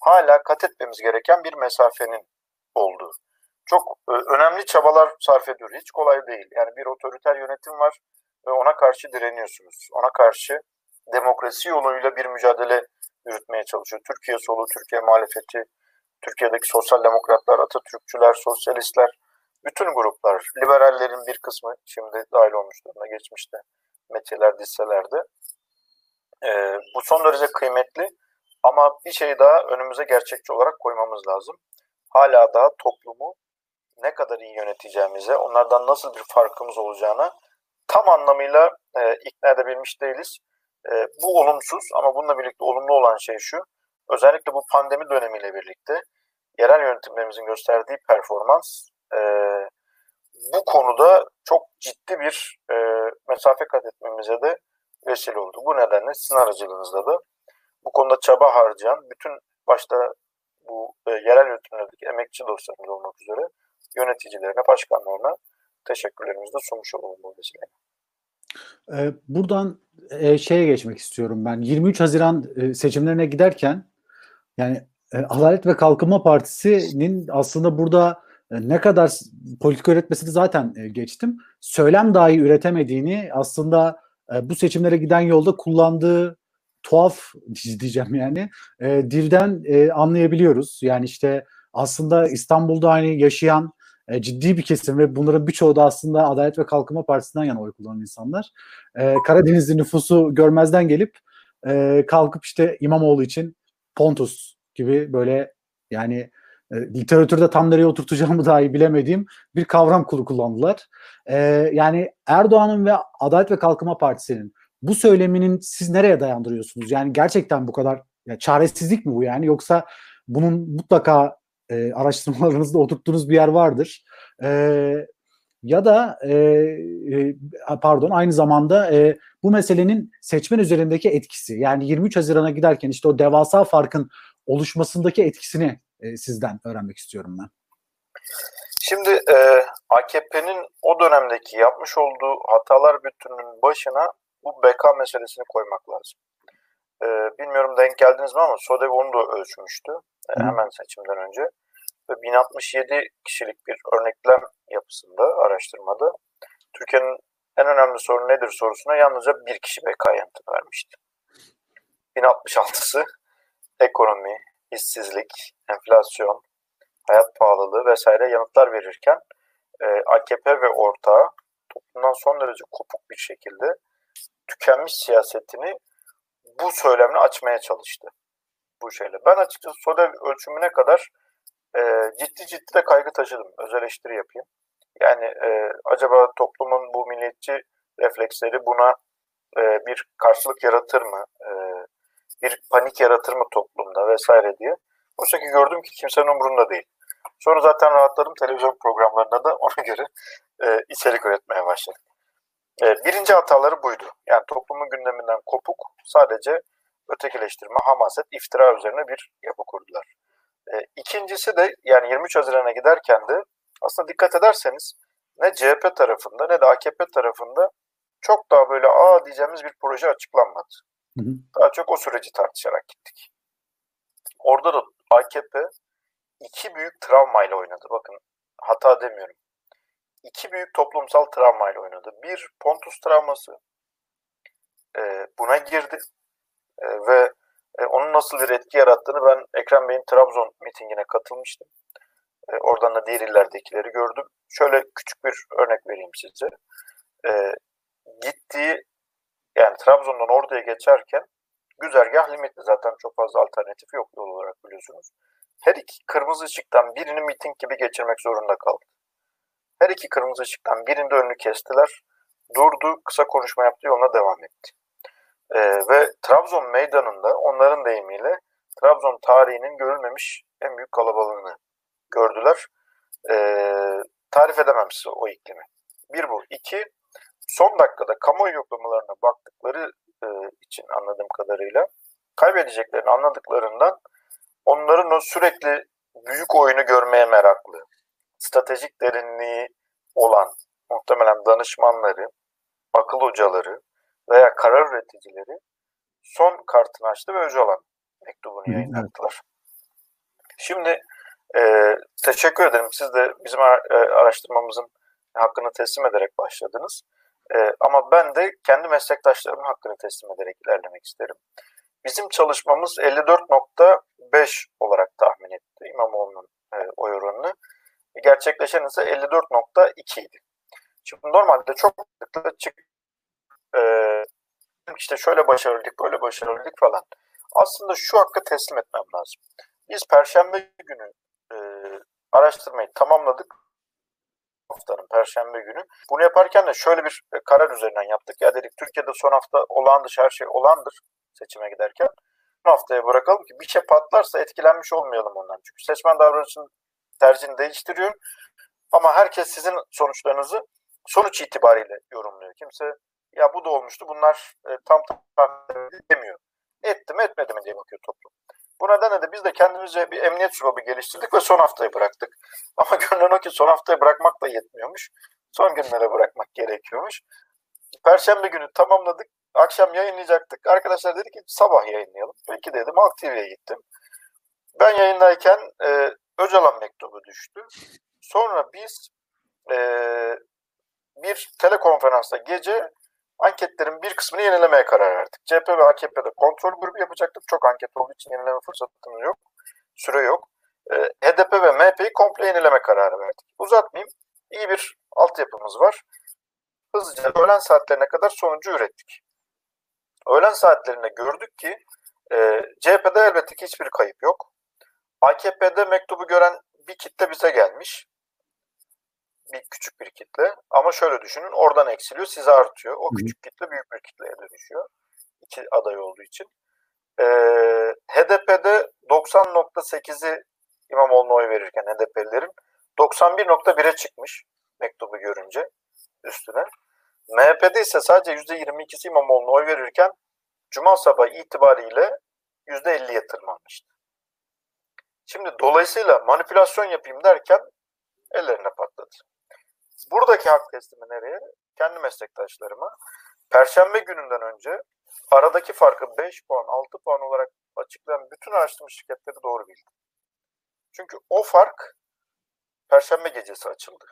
hala kat etmemiz gereken bir mesafenin olduğu. Çok e, önemli çabalar sarf ediyor. Hiç kolay değil. Yani bir otoriter yönetim var ve ona karşı direniyorsunuz. Ona karşı demokrasi yoluyla bir mücadele yürütmeye çalışıyor. Türkiye solu, Türkiye muhalefeti, Türkiye'deki sosyal demokratlar, Atatürkçüler, sosyalistler, bütün gruplar, liberallerin bir kısmı şimdi dahil olmuş durumda geçmişte metiyeler, disselerde. Ee, bu son derece kıymetli ama bir şey daha önümüze gerçekçi olarak koymamız lazım. Hala daha toplumu ne kadar iyi yöneteceğimize, onlardan nasıl bir farkımız olacağına tam anlamıyla e, ikna edebilmiş değiliz. E, bu olumsuz ama bununla birlikte olumlu olan şey şu, özellikle bu pandemi dönemiyle birlikte yerel yönetimlerimizin gösterdiği performans e, bu konuda çok ciddi bir e, mesafe kat etmemize de vesile oldu. Bu nedenle sizin aracılığınızla da bu konuda çaba harcayan bütün başta bu e, yerel yönetimlerdeki emekçi dostlarımız olmak üzere yöneticilerine, başkanlarına teşekkürlerimizi de sunmuş olalım bu vesileyle. Ee, buradan e, şeye geçmek istiyorum ben. yirmi üç Haziran e, seçimlerine giderken yani e, Adalet ve Kalkınma Partisi'nin aslında burada e, ne kadar politika üretmesi de zaten e, geçtim. Söylem dahi üretemediğini aslında e, bu seçimlere giden yolda kullandığı tuhaf diyeceğim yani e, dilden e, anlayabiliyoruz. Yani işte aslında İstanbul'da hani yaşayan e, ciddi bir kesim ve bunların birçoğu da aslında Adalet ve Kalkınma Partisi'nden yana oy kullanan insanlar. E, Karadenizli nüfusu görmezden gelip e, kalkıp işte İmamoğlu için Pontus gibi böyle yani e, literatürde tam nereye oturtacağımı dahi bilemediğim bir kavram kulu kullandılar. E, yani Erdoğan'ın ve Adalet ve Kalkınma Partisi'nin bu söyleminin siz nereye dayandırıyorsunuz? Yani gerçekten bu kadar ya çaresizlik mi bu yani yoksa bunun mutlaka e, araştırmalarınızda oturttuğunuz bir yer vardır. E, ya da e, e, pardon aynı zamanda e, bu meselenin seçmen üzerindeki etkisi yani yirmi üç Haziran'a giderken işte o devasa farkın oluşmasındaki etkisini e, sizden öğrenmek istiyorum ben. Şimdi e, A K P'nin o dönemdeki yapmış olduğu hatalar bütününün başına bu B K meselesini koymak lazım. E, bilmiyorum denk geldiniz mi ama SODEV onu da ölçmüştü e, hemen seçimden önce. Ve bin altmış yedi kişilik bir örneklem yapısında, araştırmada Türkiye'nin en önemli sorunu nedir sorusuna yalnızca bir kişi B K yanıtını vermişti. bin altmış altısı ekonomi, işsizlik, enflasyon, hayat pahalılığı vesaire yanıtlar verirken e, A K P ve ortağı toplumdan son derece kopuk bir şekilde tükenmiş siyasetini bu söylemle açmaya çalıştı. Bu şeyle. Ben açıkçası SODEV ölçümüne kadar e, ciddi ciddi de kaygı taşıdım. Öz eleştiri yapayım. Yani e, acaba toplumun bu milliyetçi refleksleri buna e, bir karşılık yaratır mı? E, bir panik yaratır mı toplumda vesaire diye. Oysa ki gördüm ki kimsenin umurunda değil. Sonra zaten rahatladım. Televizyon programlarında da ona göre e, içerik üretmeye başladım. E, birinci hataları buydu. Yani toplumun gündeminden kopuk, sadece ötekileştirme, hamaset, iftira üzerine bir yapı kurdular. E, ikincisi de yani yirmi üç Haziran'a giderken de aslında dikkat ederseniz ne C H P tarafında ne de A K P tarafında çok daha böyle aa diyeceğimiz bir proje açıklanmadı. Hı hı. Daha çok o süreci tartışarak gittik. Orada da A K P iki büyük travmayla oynadı. Bakın hata demiyorum. İki büyük toplumsal travmayla oynadı. Bir Pontus travması e, buna girdi e, ve e, onun nasıl bir etki yarattığını ben Ekrem Bey'in Trabzon mitingine katılmıştım. E, oradan da diğer illerdekileri gördüm. Şöyle küçük bir örnek vereyim size. E, gittiği yani Trabzon'dan Ordu'ya geçerken güzergah limitli, zaten çok fazla alternatif yok yol olarak biliyorsunuz. Her iki kırmızı ışıktan birini miting gibi geçirmek zorunda kaldı. Her iki kırmızı ışıktan birinde önünü kestiler. Durdu, kısa konuşma yaptı, yoluna devam etti. Ee, ve Trabzon meydanında onların deyimiyle Trabzon tarihinin görülmemiş en büyük kalabalığını gördüler. Ee, tarif edemem size o iklimi. Bir bu. İki, son dakikada kamuoyu yoklamalarına baktıkları e, için anladığım kadarıyla kaybedeceklerini anladıklarından onların o sürekli büyük oyunu görmeye meraklı, stratejik derinliği olan muhtemelen danışmanları, akıl hocaları veya karar üreticileri son kartını açtı ve Öcalan mektubunu yayınlattılar. Şimdi e, teşekkür ederim. Siz de bizim araştırmamızın hakkını teslim ederek başladınız. E, ama ben de kendi meslektaşlarımın hakkını teslim ederek ilerlemek isterim. Bizim çalışmamız elli dört nokta beş olarak tahmin etti İmamoğlu'nun e, oy oranını. Gerçekleşen ise elli dört nokta iki idi. Şimdi normalde çok sıklıkla çık e, işte şöyle başarılıydık, böyle başarılıydık falan. Aslında şu hakkı teslim etmem lazım. Biz Perşembe günü e, araştırmayı tamamladık. Haftanın Perşembe günü. Bunu yaparken de şöyle bir karar üzerinden yaptık. Ya dedik Türkiye'de son hafta olağan dışı her şey olağandır seçime giderken. Son haftaya bırakalım ki bir şey patlarsa etkilenmiş olmayalım ondan. Çünkü seçmen davranışının tercihini değiştiriyor. Ama herkes sizin sonuçlarınızı sonuç itibariyle yorumluyor. Kimse ya bu da olmuştu bunlar e, tam tam demiyor. Etti mi etmedi mi diye bakıyor toplum. Bu nedenle de biz de kendimizce bir emniyet şurubu geliştirdik ve son haftaya bıraktık. Ama görünen o ki son haftaya bırakmak da yetmiyormuş. Son günlere bırakmak gerekiyormuş. Perşembe günü tamamladık. Akşam yayınlayacaktık. Arkadaşlar dedi ki sabah yayınlayalım. Peki dedim, Halk T V'ye gittim. Ben yayındayken e, Öcalan mektubu düştü. Sonra biz e, bir telekonferansta gece anketlerin bir kısmını yenilemeye karar verdik. C H P ve A K P'de kontrol grubu yapacaktık. Çok anket olduğu için yenileme fırsatımız yok. Süre yok. E, H D P ve M H P'yi komple yenileme kararı verdik. Uzatmayayım. İyi bir altyapımız var. Hızlıca öğlen saatlerine kadar sonucu ürettik. Öğlen saatlerinde gördük ki e, C H P'de elbette ki hiçbir kayıp yok. A K P'de mektubu gören bir kitle bize gelmiş. Bir küçük bir kitle. Ama şöyle düşünün, oradan eksiliyor, size artıyor. O küçük kitle büyük bir kitleye dönüşüyor. İki aday olduğu için. Ee, H D P'de doksan nokta sekizi İmamoğlu'na oy verirken H D P'lilerin doksan bir nokta bire çıkmış mektubu görünce üstüne. M H P'de ise sadece yüzde yirmi ikisi İmamoğlu'na oy verirken Cuma sabahı itibariyle yüzde elliye tırmanmıştı. Şimdi dolayısıyla manipülasyon yapayım derken ellerine patladı. Buradaki hak teslimi nereye? Kendi meslektaşlarıma. Perşembe gününden önce aradaki farkı beş puan, altı puan olarak açıklayan bütün araştırma şirketleri doğru bildi. Çünkü o fark Perşembe gecesi açıldı.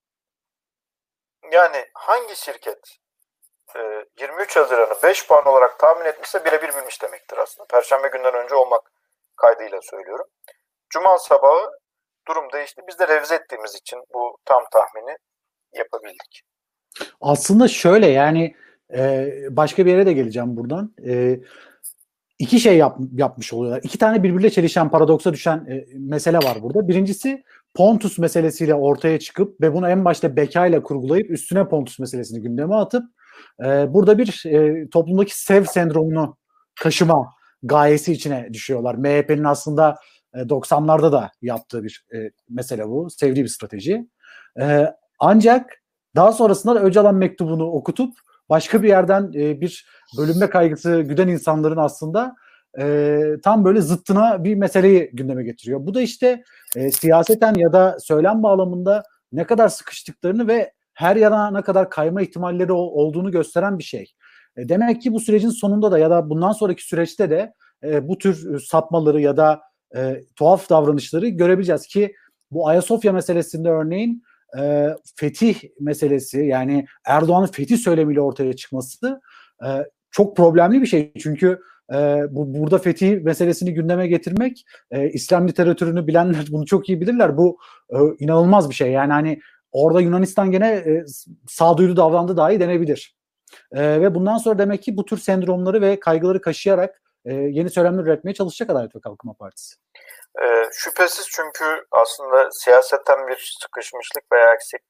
Yani hangi şirket yirmi üç Haziran'ı beş puan olarak tahmin etmişse birebir bilmiş demektir aslında. Perşembe günden önce olmak kaydıyla söylüyorum. Cuma sabahı durum değişti. Biz de revize ettiğimiz için bu tam tahmini yapabildik. Aslında şöyle yani e, başka bir yere de geleceğim buradan. E, iki şey yap, yapmış oluyorlar. İki tane birbiriyle çelişen, paradoksa düşen e, mesele var burada. Birincisi Pontus meselesiyle ortaya çıkıp ve bunu en başta bekayla kurgulayıp üstüne Pontus meselesini gündeme atıp e, burada bir e, toplumdaki sev sendromunu taşıma gayesi içine düşüyorlar. M H P'nin aslında e, doksanlarda da yaptığı bir e, mesele bu. Sevdiği bir strateji. E, ancak daha sonrasında da Öcalan mektubunu okutup başka bir yerden e, bir bölünme kaygısı güden insanların aslında e, tam böyle zıttına bir meseleyi gündeme getiriyor. Bu da işte e, siyaseten ya da söylem bağlamında ne kadar sıkıştıklarını ve her yana ne kadar kayma ihtimalleri olduğunu gösteren bir şey. E, demek ki bu sürecin sonunda da ya da bundan sonraki süreçte de e, bu tür sapmaları ya da e, tuhaf davranışları görebileceğiz ki bu Ayasofya meselesinde örneğin e, fetih meselesi, yani Erdoğan'ın fetih söylemiyle ortaya çıkması e, çok problemli bir şey. Çünkü e, bu burada fetih meselesini gündeme getirmek, e, İslam literatürünü bilenler bunu çok iyi bilirler. Bu e, inanılmaz bir şey. Yani hani orada Yunanistan gene e, sağduyulu davrandı dahi denebilir. E, ve bundan sonra demek ki bu tür sendromları ve kaygıları kaşıyarak e, yeni söylemler üretmeye çalışacak Adalet ve Kalkınma Partisi. E, şüphesiz, çünkü aslında siyasetten bir sıkışmışlık veya eksik,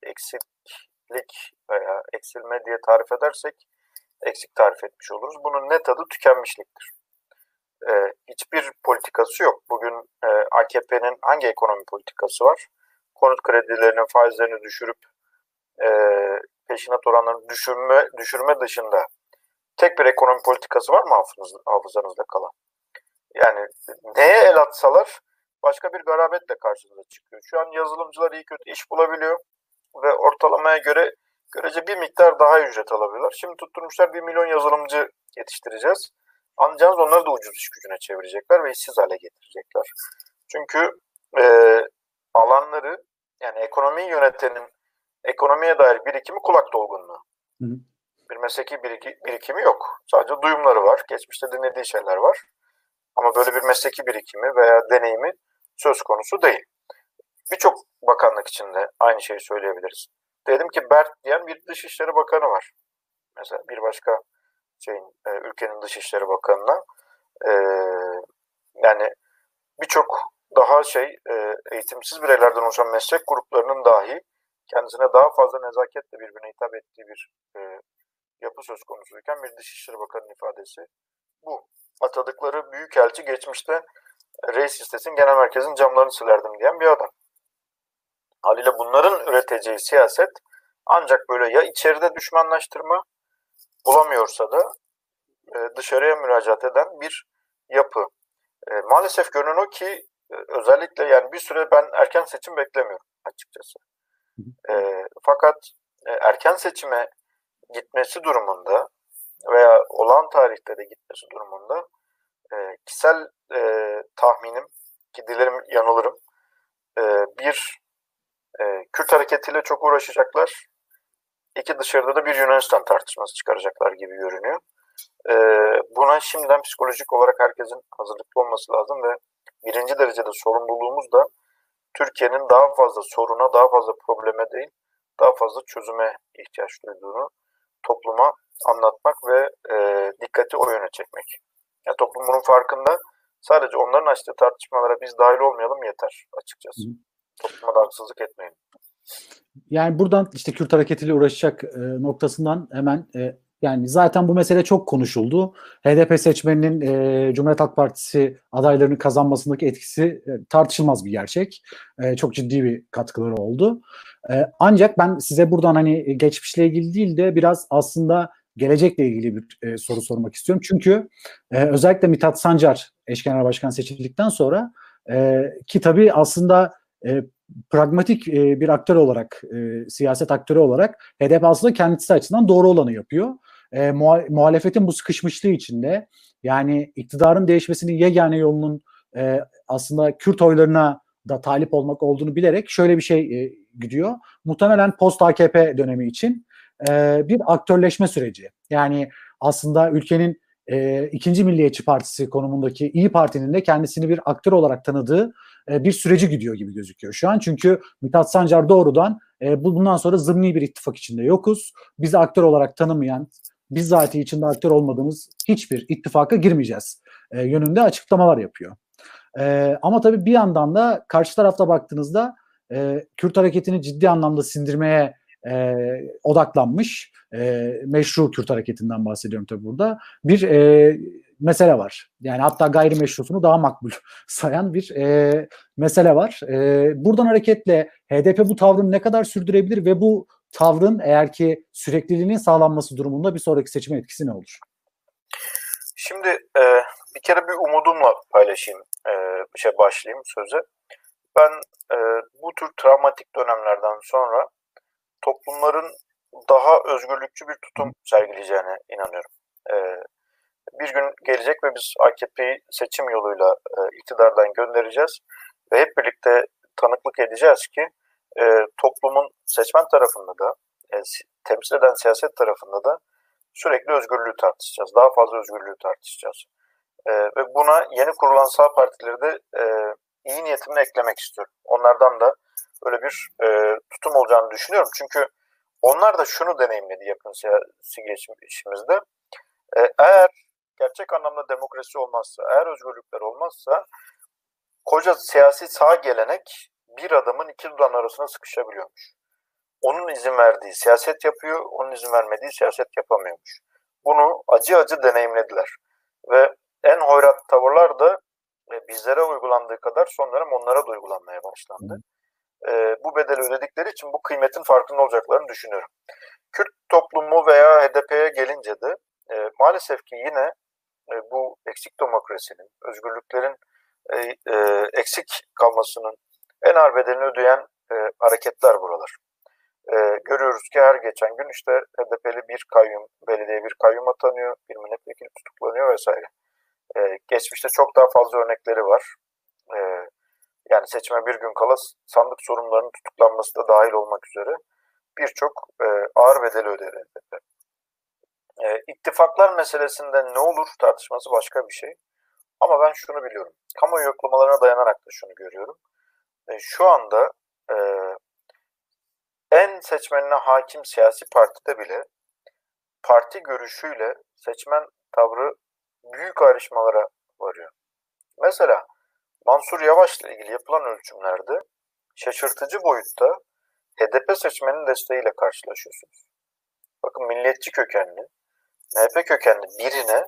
eksiklik veya eksilme diye tarif edersek eksik tarif etmiş oluruz. Bunun net adı tükenmişliktir. E, hiçbir politikası yok. Bugün e, A K P'nin hangi ekonomi politikası var? Konut kredilerinin faizlerini düşürüp e, peşinat oranlarını düşürme, düşürme dışında tek bir ekonomi politikası var mı hafızanızda kalan? Yani neye el atsalar başka bir garabetle karşınıza çıkıyor. Şu an yazılımcılar iyi kötü iş bulabiliyor ve ortalamaya göre görece bir miktar daha ücret alabiliyorlar. Şimdi tutturmuşlar bir milyon yazılımcı yetiştireceğiz. Anlayacağınız onları da ucuz iş gücüne çevirecekler ve işsiz hale getirecekler. Çünkü e, alanları, yani ekonomiyi yönetenin ekonomiye dair birikimi kulak dolgunluğu. Hı hı. Bir mesleki birikimi yok. Sadece duyumları var. Geçmişte dinlediği şeyler var. Ama böyle bir mesleki birikimi veya deneyimi söz konusu değil. Birçok bakanlık içinde aynı şeyi söyleyebiliriz. Dedim ki Bert diyen bir Dışişleri Bakanı var. Mesela bir başka şeyin, ülkenin Dışişleri Bakanı'na. Ee, yani birçok daha şey eğitimsiz bireylerden oluşan meslek gruplarının dahi kendisine daha fazla nezaketle birbirine hitap ettiği bir e, yapı söz konusuyken bir Dışişleri Bakanı'nın ifadesi bu. Atadıkları büyükelçi geçmişte reis istesin genel merkezin camlarını silerdim diyen bir adam. Haliyle bunların üreteceği siyaset ancak böyle ya içeride düşmanlaştırma, bulamıyorsa da e, dışarıya müracaat eden bir yapı. E, maalesef görünen o ki e, özellikle yani bir süre ben erken seçim beklemiyorum açıkçası. E, fakat e, erken seçime gitmesi durumunda veya olağan tarihte de gitmesi durumunda e, kişisel e, tahminim, ki dilerim yanılırım, e, bir e, Kürt hareketiyle çok uğraşacaklar. İki, dışarıda da bir Yunanistan tartışması çıkaracaklar gibi görünüyor. E, buna şimdiden psikolojik olarak herkesin hazırlıklı olması lazım ve birinci derecede sorumluluğumuz da Türkiye'nin daha fazla soruna, daha fazla probleme değil, daha fazla çözüme ihtiyaç duyduğunu topluma anlatmak ve e, dikkati o yöne çekmek. Yani toplum bunun farkında. Sadece onların açtığı tartışmalara biz dahil olmayalım yeter açıkçası. Hı. Topluma da haksızlık etmeyin. Yani buradan işte Kürt hareketiyle uğraşacak e, noktasından hemen e, yani zaten bu mesele çok konuşuldu. H D P seçmeninin e, Cumhuriyet Halk Partisi adaylarının kazanmasındaki etkisi e, tartışılmaz bir gerçek. E, çok ciddi bir katkıları oldu. E, ancak ben size buradan hani geçmişle ilgili değil de biraz aslında gelecekle ilgili bir e, soru sormak istiyorum. Çünkü e, özellikle Mithat Sancar eş genel başkan seçildikten sonra e, ki tabii aslında e, pragmatik e, bir aktör olarak, e, siyaset aktörü olarak H D P aslında kendisi açısından doğru olanı yapıyor. E, muha- muhalefetin bu sıkışmışlığı içinde yani iktidarın değişmesinin yegane yolunun e, aslında Kürt oylarına da talip olmak olduğunu bilerek şöyle bir şey e, gidiyor. Muhtemelen post A K P dönemi için e, bir aktörleşme süreci. Yani aslında ülkenin e, ikinci Milliyetçi Partisi konumundaki İyi Parti'nin de kendisini bir aktör olarak tanıdığı e, bir süreci gidiyor gibi gözüküyor şu an. Çünkü Mithat Sancar doğrudan e, bundan sonra zımni bir ittifak içinde yokuz. Bizi aktör olarak tanımayan, bizzati içinde aktör olmadığımız hiçbir ittifaka girmeyeceğiz e, yönünde açıklamalar yapıyor. E, ama tabii bir yandan da karşı tarafta baktığınızda e, Kürt hareketini ciddi anlamda sindirmeye e, odaklanmış, e, meşru Kürt hareketinden bahsediyorum tabii burada, bir e, mesele var. Yani hatta gayrimeşrusunu daha makbul sayan bir e, mesele var. E, buradan hareketle H D P bu tavrını ne kadar sürdürebilir ve bu tavrın eğer ki sürekliliğinin sağlanması durumunda bir sonraki seçime etkisi ne olur? Şimdi e, bir kere bir umudumla paylaşayım, e, bir şey başlayayım söze. Ben e, bu tür travmatik dönemlerden sonra toplumların daha özgürlükçü bir tutum sergileyeceğine inanıyorum. E, bir gün gelecek ve biz A K P'yi seçim yoluyla e, iktidardan göndereceğiz ve hep birlikte tanıklık edeceğiz ki e, toplumun seçmen tarafında da e, temsil eden siyaset tarafında da sürekli özgürlüğü tartışacağız. Daha fazla özgürlüğü tartışacağız. E, ve buna yeni kurulan sağ partileri de e, iyi niyetimle eklemek istiyorum. Onlardan da öyle bir e, tutum olacağını düşünüyorum. Çünkü onlar da şunu deneyimledi yakın siyasi geçmişimizde. E, eğer gerçek anlamda demokrasi olmazsa, eğer özgürlükler olmazsa koca siyasi sağ gelenek bir adamın iki dudağın arasına sıkışabiliyormuş. Onun izin verdiği siyaset yapıyor, onun izin vermediği siyaset yapamıyormuş. Bunu acı acı deneyimlediler. Ve en hoyrat tavırlar da bizlere uygulandığı kadar son dönem onlara da uygulanmaya başlandı. E, bu bedeli ödedikleri için bu kıymetin farkında olacaklarını düşünüyorum. Kürt toplumu veya H D P'ye gelince de e, maalesef ki yine e, bu eksik demokrasinin, özgürlüklerin e, e, eksik kalmasının en ağır bedelini ödeyen e, hareketler buralar. E, görüyoruz ki her geçen gün işte H D P'li bir kayyum, belediye bir kayyum atanıyor, bir milletvekili tutuklanıyor vesaire. E, geçmişte çok daha fazla örnekleri var. E, yani seçime bir gün kala sandık sorumlularının tutuklanması da dahil olmak üzere birçok e, ağır bedeli ödedi H D P. E, ittifaklar meselesinde ne olur tartışması başka bir şey. Ama ben şunu biliyorum. Kamuoyu yoklamalarına dayanarak da şunu görüyorum. E, şu anda e, en seçmenine hakim siyasi partide bile parti görüşüyle seçmen tavrı büyük ayrışmalara varıyor. Mesela Mansur Yavaş'la ilgili yapılan ölçümlerde şaşırtıcı boyutta H D P seçmenin desteğiyle karşılaşıyorsunuz. Bakın milliyetçi kökenli, M H P kökenli birine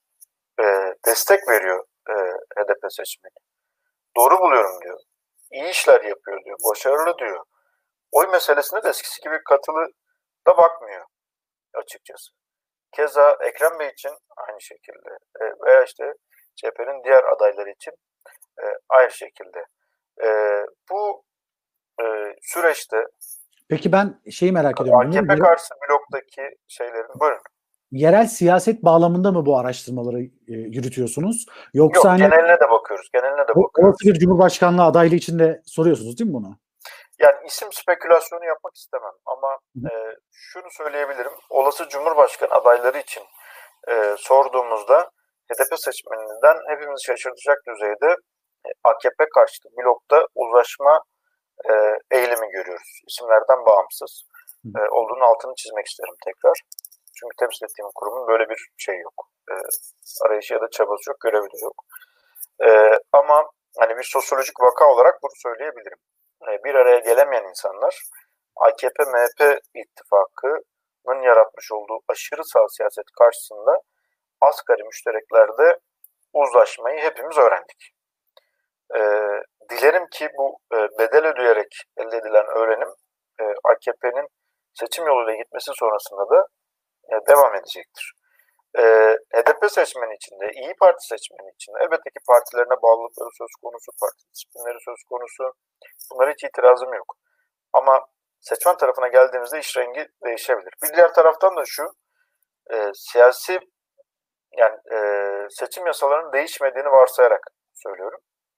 e, destek veriyor e, H D P seçmeni. Doğru buluyorum diyor. İyi işler yapıyor diyor. Başarılı diyor. Oy meselesinde de eskisi gibi katılı da bakmıyor açıkçası. Keza Ekrem Bey için aynı şekilde e, veya işte C H P'nin diğer adayları için e, aynı şekilde. E, bu e, süreçte Peki ben şeyi merak ediyorum. A K P Bunun karşısı bloktaki şeylerin buyurun. yerel siyaset bağlamında mı bu araştırmaları e, yürütüyorsunuz? Yoksa Yok, hani geneline de bakıyoruz. Geneline de o- bakıyoruz. olası bir cumhurbaşkanlığı adaylığı için de soruyorsunuz değil mi bunu? Yani isim spekülasyonu yapmak istemem ama Hı. e, şunu söyleyebilirim. Olası Cumhurbaşkanı adayları için e, sorduğumuzda H D P seçmeninden hepimizi şaşırtacak düzeyde e, A K P karşıtı blokta uzlaşma e, eğilimi görüyoruz. İsimlerden bağımsız e, olduğunun altını çizmek isterim tekrar. Çünkü temsil ettiğim kurumun böyle bir şey yok. E, arayışı ya da çabası yok, görevi de yok. E, ama hani bir sosyolojik vaka olarak bunu söyleyebilirim. E, bir araya gelemeyen insanlar A K P M H P ittifakının yaratmış olduğu aşırı sağ siyaset karşısında asgari müştereklerde uzlaşmayı hepimiz öğrendik. E, dilerim ki bu e, bedel ödeyerek elde edilen öğrenim e, A K P'nin seçim yoluyla gitmesi sonrasında da e, devam edecektir. E, H D P seçmeni için de, İyi Parti seçmeni için de elbette ki partilerine bağlılıkları söz konusu, parti disiplinleri söz konusu. Bunlara hiç itirazım yok. Ama seçmen tarafına geldiğimizde iş rengi değişebilir. Bir diğer taraftan da şu, e, siyasi yani e, seçim yasalarının değişmediğini varsayarak söylüyorum.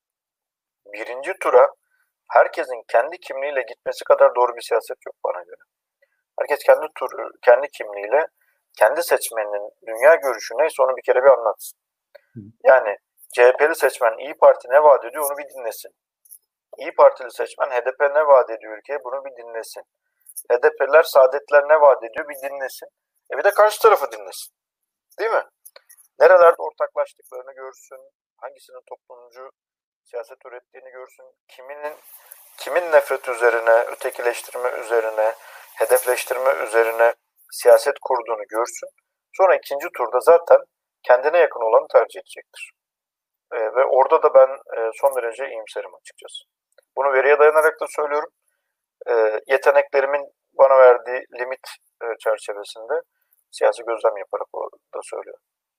Birinci tura herkesin kendi kimliğiyle gitmesi kadar doğru bir siyaset yok bana göre. Herkes kendi turu, kendi kimliğiyle, kendi seçmeninin dünya görüşü neyse onu bir kere bir anlatsın. Yani C H P'li seçmen İyi Parti ne vaat ediyor onu bir dinlesin. İyi Partili seçmen H D P ne vaat ediyor ülkeye bunu bir dinlesin. H D P'liler, Saadetler ne vaat ediyor bir dinlesin. E bir de karşı tarafı dinlesin. Değil mi? Nerelerde ortaklaştıklarını görsün, hangisinin toplumcu siyaset ürettiğini görsün, kiminin kimin nefret üzerine, ötekileştirme üzerine, hedefleştirme üzerine siyaset kurduğunu görsün. Sonra ikinci turda zaten kendine yakın olanı tercih edecektir. E, ve orada da ben e, son derece iyimserim açıkçası. Bunu veriye dayanarak da söylüyorum. E, yeteneklerimin bana verdiği limit e, çerçevesinde siyasi gözlem yaparak da söylüyorum.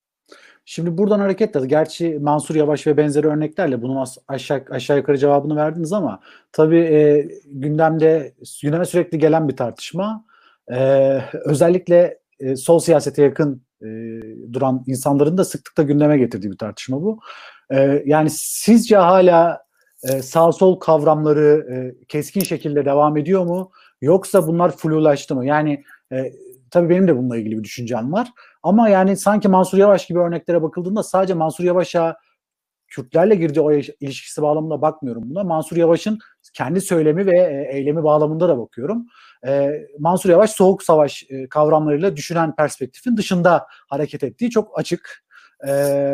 Şimdi buradan hareketle, gerçi Mansur Yavaş ve benzeri örneklerle bunun aşağı, aşağı yukarı cevabını verdiniz ama tabii e, gündemde gündeme sürekli gelen bir tartışma. E, özellikle e, sol siyasete yakın e, duran insanların da sıklıkla gündeme getirdiği bir tartışma bu. E, yani sizce hala e, sağ sol kavramları e, keskin şekilde devam ediyor mu? Yoksa bunlar flulaştı mı? Yani e, tabii benim de bununla ilgili bir düşüncem var. Ama yani sanki Mansur Yavaş gibi örneklere bakıldığında sadece Mansur Yavaş'a Kürtlerle girdiği o ilişkisi bağlamında bakmıyorum buna. Mansur Yavaş'ın kendi söylemi ve e, eylemi bağlamında da bakıyorum. E, Mansur Yavaş soğuk savaş e, kavramlarıyla düşünen perspektifin dışında hareket ettiği çok açık. E,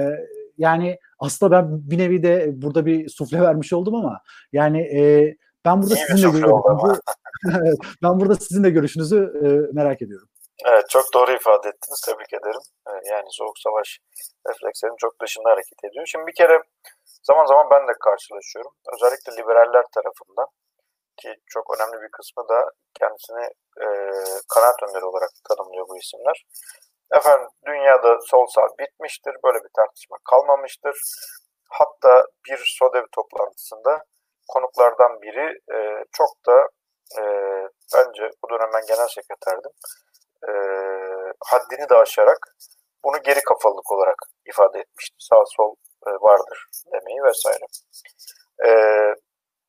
yani aslında ben bir nevi de burada bir sufle vermiş oldum ama yani e, ben burada İyi bir sizin de sufle oldu ama. görüşünüzü ben burada sizin de görüşünüzü e, merak ediyorum. Evet, çok doğru ifade ettiniz. Tebrik ederim. Yani soğuk savaş reflekslerinin çok dışında hareket ediyor. Şimdi bir kere zaman zaman ben de karşılaşıyorum. Özellikle liberaller tarafından ki çok önemli bir kısmı da kendisini e, kanaat önderi olarak tanımlıyor bu isimler. Efendim dünyada sol sağ bitmiştir. Böyle bir tartışma kalmamıştır. Hatta bir SODEV toplantısında konuklardan biri e, çok da e, bence bu dönem ben genel sekreterdim. E, haddini de aşarak bunu geri kafalılık olarak ifade etmişti. Sağ sol e, vardır demeyi vesaire. E,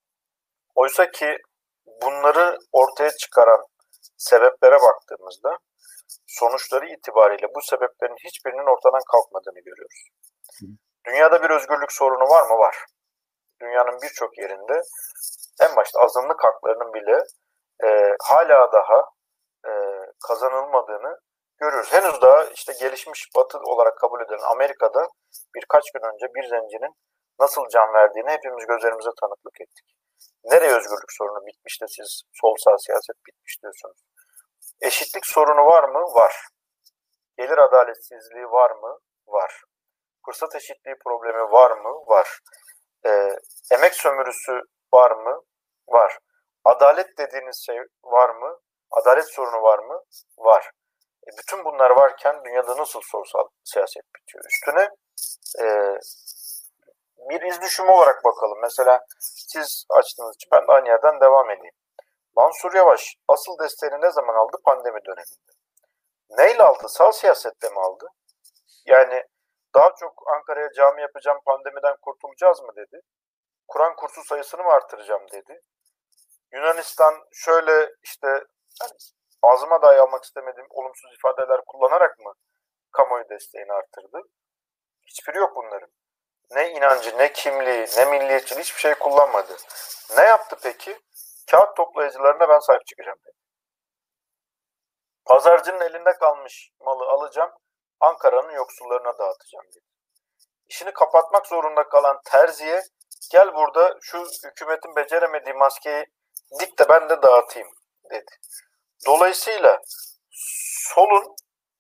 Oysa ki bunları ortaya çıkaran sebeplere baktığımızda sonuçları itibariyle bu sebeplerin hiçbirinin ortadan kalkmadığını görüyoruz. Dünyada bir özgürlük sorunu var mı? Var. Dünyanın birçok yerinde en başta azınlık haklarının bile e, hala daha e, kazanılmadığını görüyoruz. Henüz daha işte gelişmiş Batı olarak kabul edilen Amerika'da birkaç gün önce bir zencinin nasıl can verdiğini hepimiz gözlerimize tanıklık ettik. Nereye özgürlük sorunu bitmiş de siz sol sağ siyaset bitmiş diyorsunuz? Eşitlik sorunu var mı? Var. Gelir adaletsizliği var mı? Var. Fırsat eşitliği problemi var mı? Var. Ee, emek sömürüsü var mı? Var. Adalet dediğiniz şey var mı? Adalet sorunu var mı? Var. E, bütün bunlar varken dünyada nasıl sosyal siyaset bitiyor? Üstüne e, bir iz düşümü olarak bakalım. Mesela siz açtığınız için ben de aynı yerden devam edeyim. Mansur Yavaş asıl desteğini ne zaman aldı? Pandemi döneminde. Neyle aldı? Sağ siyasette mi aldı? Yani daha çok Ankara'ya cami yapacağım, pandemiden kurtulacağız mı dedi. Kur'an kursu sayısını mı artıracağım dedi. Yunanistan şöyle işte yani ağzıma dahi almak istemediğim olumsuz ifadeler kullanarak mı kamuoyu desteğini artırdı? Hiçbiri yok bunların. Ne inancı, ne kimliği, ne milliyetçiliği hiçbir şey kullanmadı. Ne yaptı peki? Kağıt toplayıcılarına ben sahip çıkacağım dedi. Pazarcının elinde kalmış malı alacağım, Ankara'nın yoksullarına dağıtacağım dedi. İşini kapatmak zorunda kalan terziye gel burada şu hükümetin beceremediği maskeyi dik de ben de dağıtayım dedi. Dolayısıyla solun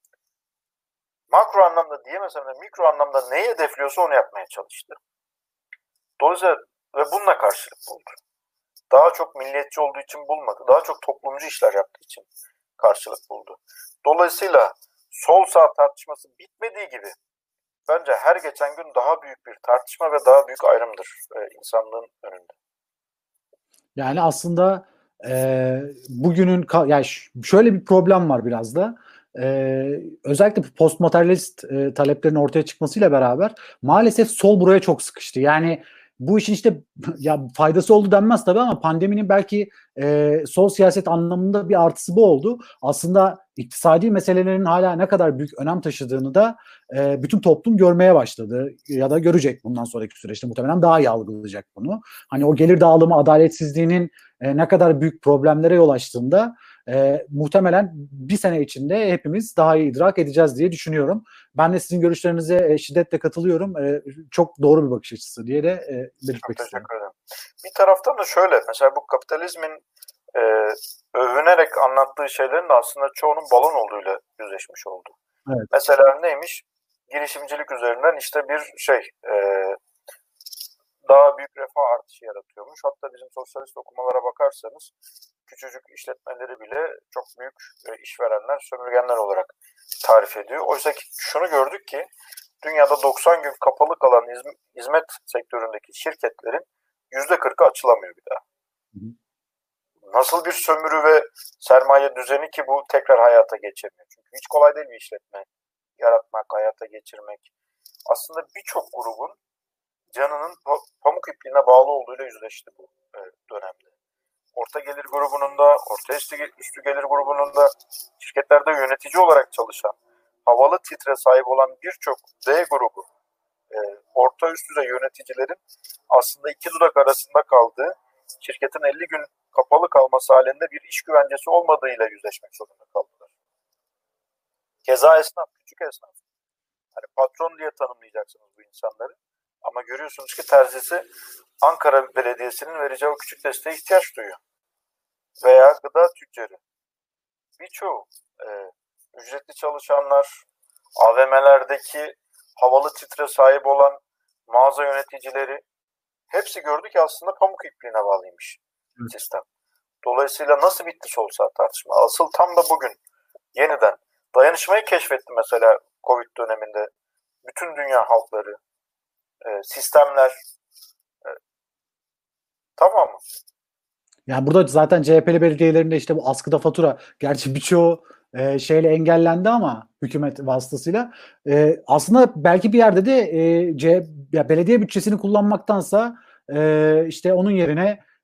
makro anlamda diyemesem de mikro anlamda neyi hedefliyorsa onu yapmaya çalıştı. Dolayısıyla ve bununla karşılık buldu. Daha çok milliyetçi olduğu için bulmadı. Daha çok toplumcu işler yaptığı için karşılık buldu. Dolayısıyla sol sağ tartışması bitmediği gibi bence her geçen gün daha büyük bir tartışma ve daha büyük ayrımdır e, insanlığın önünde. Yani aslında e, bugünün yani şöyle bir problem var biraz da. Ee, özellikle postmaterialist e, taleplerin ortaya çıkmasıyla beraber maalesef sol buraya çok sıkıştı. Yani bu işin işte ya faydası oldu denmez tabii ama pandeminin belki e, sol siyaset anlamında bir artısı bu oldu. Aslında iktisadi meselelerin hala ne kadar büyük önem taşıdığını da e, bütün toplum görmeye başladı ya da görecek bundan sonraki süreçte muhtemelen daha iyi algılayacak bunu. Hani o gelir dağılımı adaletsizliğinin e, ne kadar büyük problemlere yol açtığında e, muhtemelen bir sene içinde hepimiz daha iyi idrak edeceğiz diye düşünüyorum. Ben de sizin görüşlerinize e, şiddetle katılıyorum. E, çok doğru bir bakış açısı diye de e, belirtmek istedim. Bir taraftan da şöyle, mesela bu kapitalizmin e, övünerek anlattığı şeylerin de aslında çoğunun balon olduğuyla yüzleşmiş oldu. Evet. Mesela neymiş? Girişimcilik üzerinden işte bir şey e, daha büyük refah artışı yaratıyormuş. Hatta bizim sosyalist okumalara bakarsanız küçücük işletmeleri bile çok büyük işverenler, sömürgenler olarak tarif ediyor. Oysa ki şunu gördük ki dünyada doksan gün kapalı kalan hizmet sektöründeki şirketlerin yüzde kırkı açılamıyor bir daha. Nasıl bir sömürü ve sermaye düzeni ki bu tekrar hayata geçemiyor. Çünkü hiç kolay değil bir işletme yaratmak, hayata geçirmek. Aslında birçok grubun canının pamuk ipliğine bağlı olduğuyla yüzleşti bu dönemde. Orta gelir grubunun da, orta üstü gelir grubunun da şirketlerde yönetici olarak çalışan, havalı titre sahip olan birçok D grubu, e, orta üst düzey yöneticilerin aslında iki dudak arasında kaldığı, şirketin elli gün kapalı kalması halinde bir iş güvencesi olmadığıyla yüzleşmek zorunda kaldılar. Keza esnaf, küçük esnaf. Hani patron diye tanımlayacaksınız bu insanları. Ama görüyorsunuz ki terzisi Ankara Belediyesi'nin vereceği o küçük desteğe ihtiyaç duyuyor. Veya gıda tüccarı. Birçoğu e, ücretli çalışanlar, A V M'lerdeki havalı titre sahip olan mağaza yöneticileri hepsi gördü ki aslında pamuk ipliğine bağlıymış Hı. sistem. Dolayısıyla nasıl bitti sol sağ tartışma? Asıl tam da bugün yeniden dayanışmayı keşfetti mesela Covid döneminde. Bütün dünya halkları, e, sistemler e, tamam mı? Yani burada zaten C H P'li belediyelerinde işte bu askıda fatura, gerçi birçoğu e, şeyle engellendi ama hükümet vasıtasıyla e, aslında belki bir yerde de e, C, ya belediye bütçesini kullanmaktansa e, işte onun yerine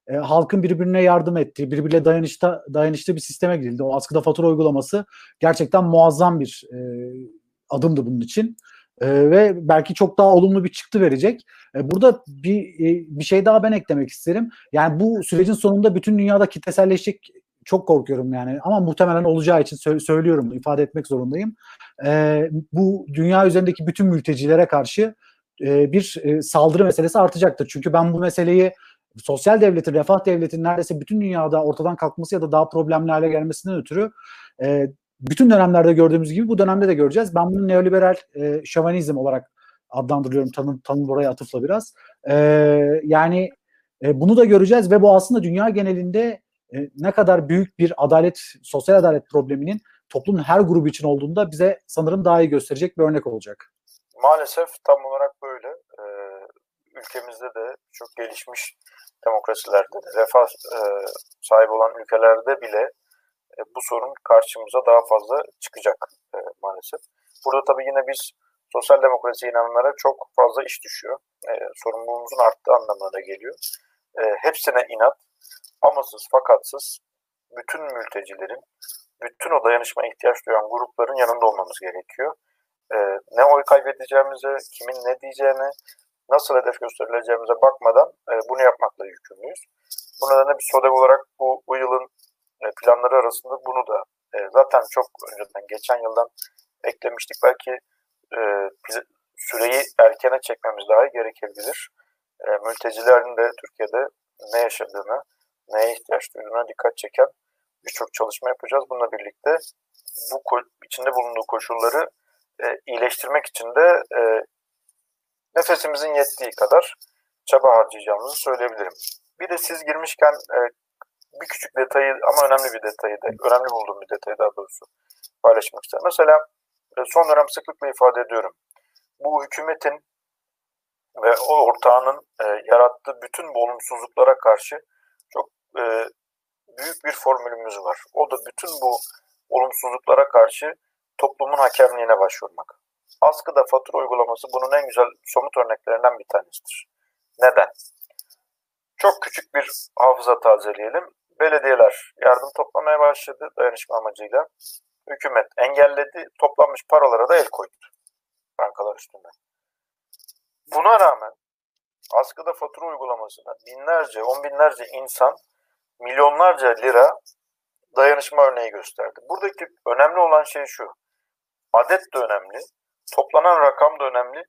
e, halkın birbirine yardım ettiği, birbirine dayanışta, dayanıştığı bir sisteme gidildi. O askıda fatura uygulaması gerçekten muazzam bir e, adımdı bunun için. E, ve belki çok daha olumlu bir çıktı verecek. E, burada bir e, bir şey daha ben eklemek isterim. Yani bu sürecin sonunda bütün dünyada kitleselleşecek, çok korkuyorum yani, ama muhtemelen olacağı için sö- söylüyorum, ifade etmek zorundayım. E, bu dünya üzerindeki bütün mültecilere karşı e, bir e, saldırı meselesi artacaktır. Çünkü ben bu meseleyi sosyal devletin, refah devletinin neredeyse bütün dünyada ortadan kalkması ya da daha problemli hale gelmesinden ötürü e, bütün dönemlerde gördüğümüz gibi bu dönemde de göreceğiz. Ben bunu neoliberal e, şövenizm olarak adlandırıyorum, tanım, tanım buraya atıfla biraz. E, yani e, bunu da göreceğiz ve bu aslında dünya genelinde e, ne kadar büyük bir adalet, sosyal adalet probleminin toplumun her grubu için olduğunda bize sanırım daha iyi gösterecek bir örnek olacak. Maalesef tam olarak böyle. Ee, ülkemizde de çok gelişmiş demokrasilerde de, refah e, sahibi olan ülkelerde bile e, bu sorun karşımıza daha fazla çıkacak e, maalesef. Burada tabii yine biz sosyal demokrasiye inananlara çok fazla iş düşüyor. E, sorumluluğumuzun arttığı anlamına da geliyor. E, hepsine inat, amasız fakatsız bütün mültecilerin, bütün o dayanışma ihtiyaç duyan grupların yanında olmamız gerekiyor. E, ne oy kaybedeceğimize, kimin ne diyeceğine, nasıl hedef gösterileceğimize bakmadan e, bunu yapmakla yükümlüyüz. Bu nedenle bir SODEV olarak bu, bu yılın e, planları arasında bunu da e, zaten çok önceden, geçen yıldan eklemiştik. Belki e, süreyi erkene çekmemiz daha gerekebilir. E, mültecilerin de Türkiye'de ne yaşadığını, neye ihtiyaç duyduğuna dikkat çeken birçok çalışma yapacağız. Bununla birlikte bu içinde bulunduğu koşulları e, iyileştirmek için de e, nefesimizin yettiği kadar çaba harcayacağımızı söyleyebilirim. Bir de siz girmişken e, bir küçük detayı, ama önemli bir detayı da, önemli bulduğum bir detayı daha doğrusu paylaşmak isterim. Mesela e, son dönem sıklıkla ifade ediyorum. Bu hükümetin ve o ortağının e, yarattığı bütün bu olumsuzluklara karşı çok e, büyük bir formülümüz var. O da bütün bu olumsuzluklara karşı toplumun hakemliğine başvurmak. Askıda fatura uygulaması bunun en güzel somut örneklerinden bir tanesidir. Neden? Çok küçük bir hafıza tazeleyelim. Belediyeler yardım toplamaya başladı dayanışma amacıyla. Hükümet engelledi, toplanmış paralara da el koydu bankalar üstünden. Buna rağmen askıda fatura uygulamasına binlerce, on binlerce insan milyonlarca lira dayanışma örneği gösterdi. Buradaki önemli olan şey şu: adet de önemli, toplanan rakam da önemli,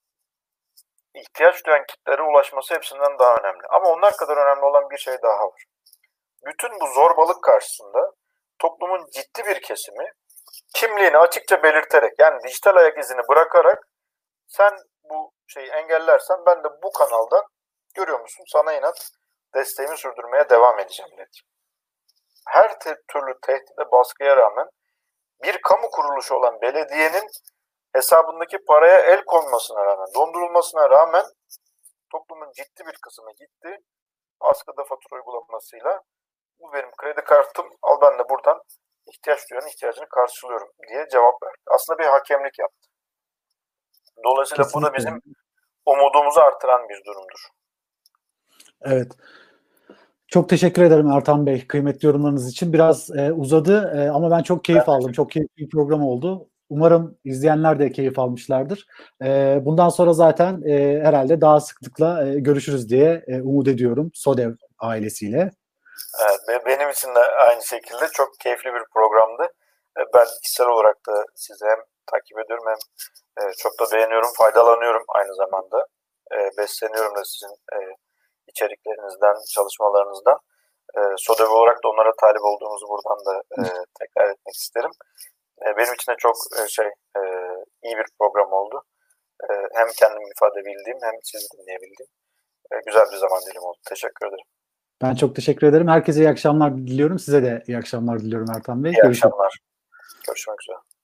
ihtiyaç duyan kitlere ulaşması hepsinden daha önemli. Ama onlar kadar önemli olan bir şey daha var. Bütün bu zorbalık karşısında toplumun ciddi bir kesimi kimliğini açıkça belirterek, yani dijital ayak izini bırakarak, sen bu şeyi engellersen ben de bu kanaldan, görüyor musun, sana inat desteğimi sürdürmeye devam edeceğim dedi. Her te- türlü tehdide, baskıya rağmen bir kamu kuruluşu olan belediyenin hesabındaki paraya el konmasına rağmen, dondurulmasına rağmen toplumun ciddi bir kısmı gitti. Askıda fatura uygulamasıyla bu benim kredi kartım, al ben de buradan ihtiyaç duyan ihtiyacını karşılıyorum diye cevap verdi. Aslında bir hakemlik yaptı. Dolayısıyla Kesinlikle. bu da bizim umudumuzu artıran bir durumdur. Evet. Çok teşekkür ederim Ertan Bey, kıymetli yorumlarınız için. Biraz e, uzadı e, ama ben çok keyif ben aldım. Çok keyifli bir program oldu. Umarım izleyenler de keyif almışlardır. E, bundan sonra zaten e, herhalde daha sıklıkla e, görüşürüz diye e, umut ediyorum SODEV ailesiyle. Evet, benim için de aynı şekilde çok keyifli bir programdı. Ben kişisel olarak da sizi hem takip ediyorum hem çok da beğeniyorum, faydalanıyorum aynı zamanda. Besleniyorum da sizin içeriklerinizden, çalışmalarınızdan. SODEV olarak da onlara talip olduğumuzu buradan da tekrar etmek isterim. Benim için de çok şey iyi bir program oldu. Hem kendimi ifade edebildiğim hem sizi dinleyebildiğim güzel bir zaman dilimi oldu. Teşekkür ederim. Ben çok teşekkür ederim. Herkese iyi akşamlar diliyorum. Size de iyi akşamlar diliyorum Ertan Bey. İyi Görüşürüz. akşamlar. Görüşmek üzere.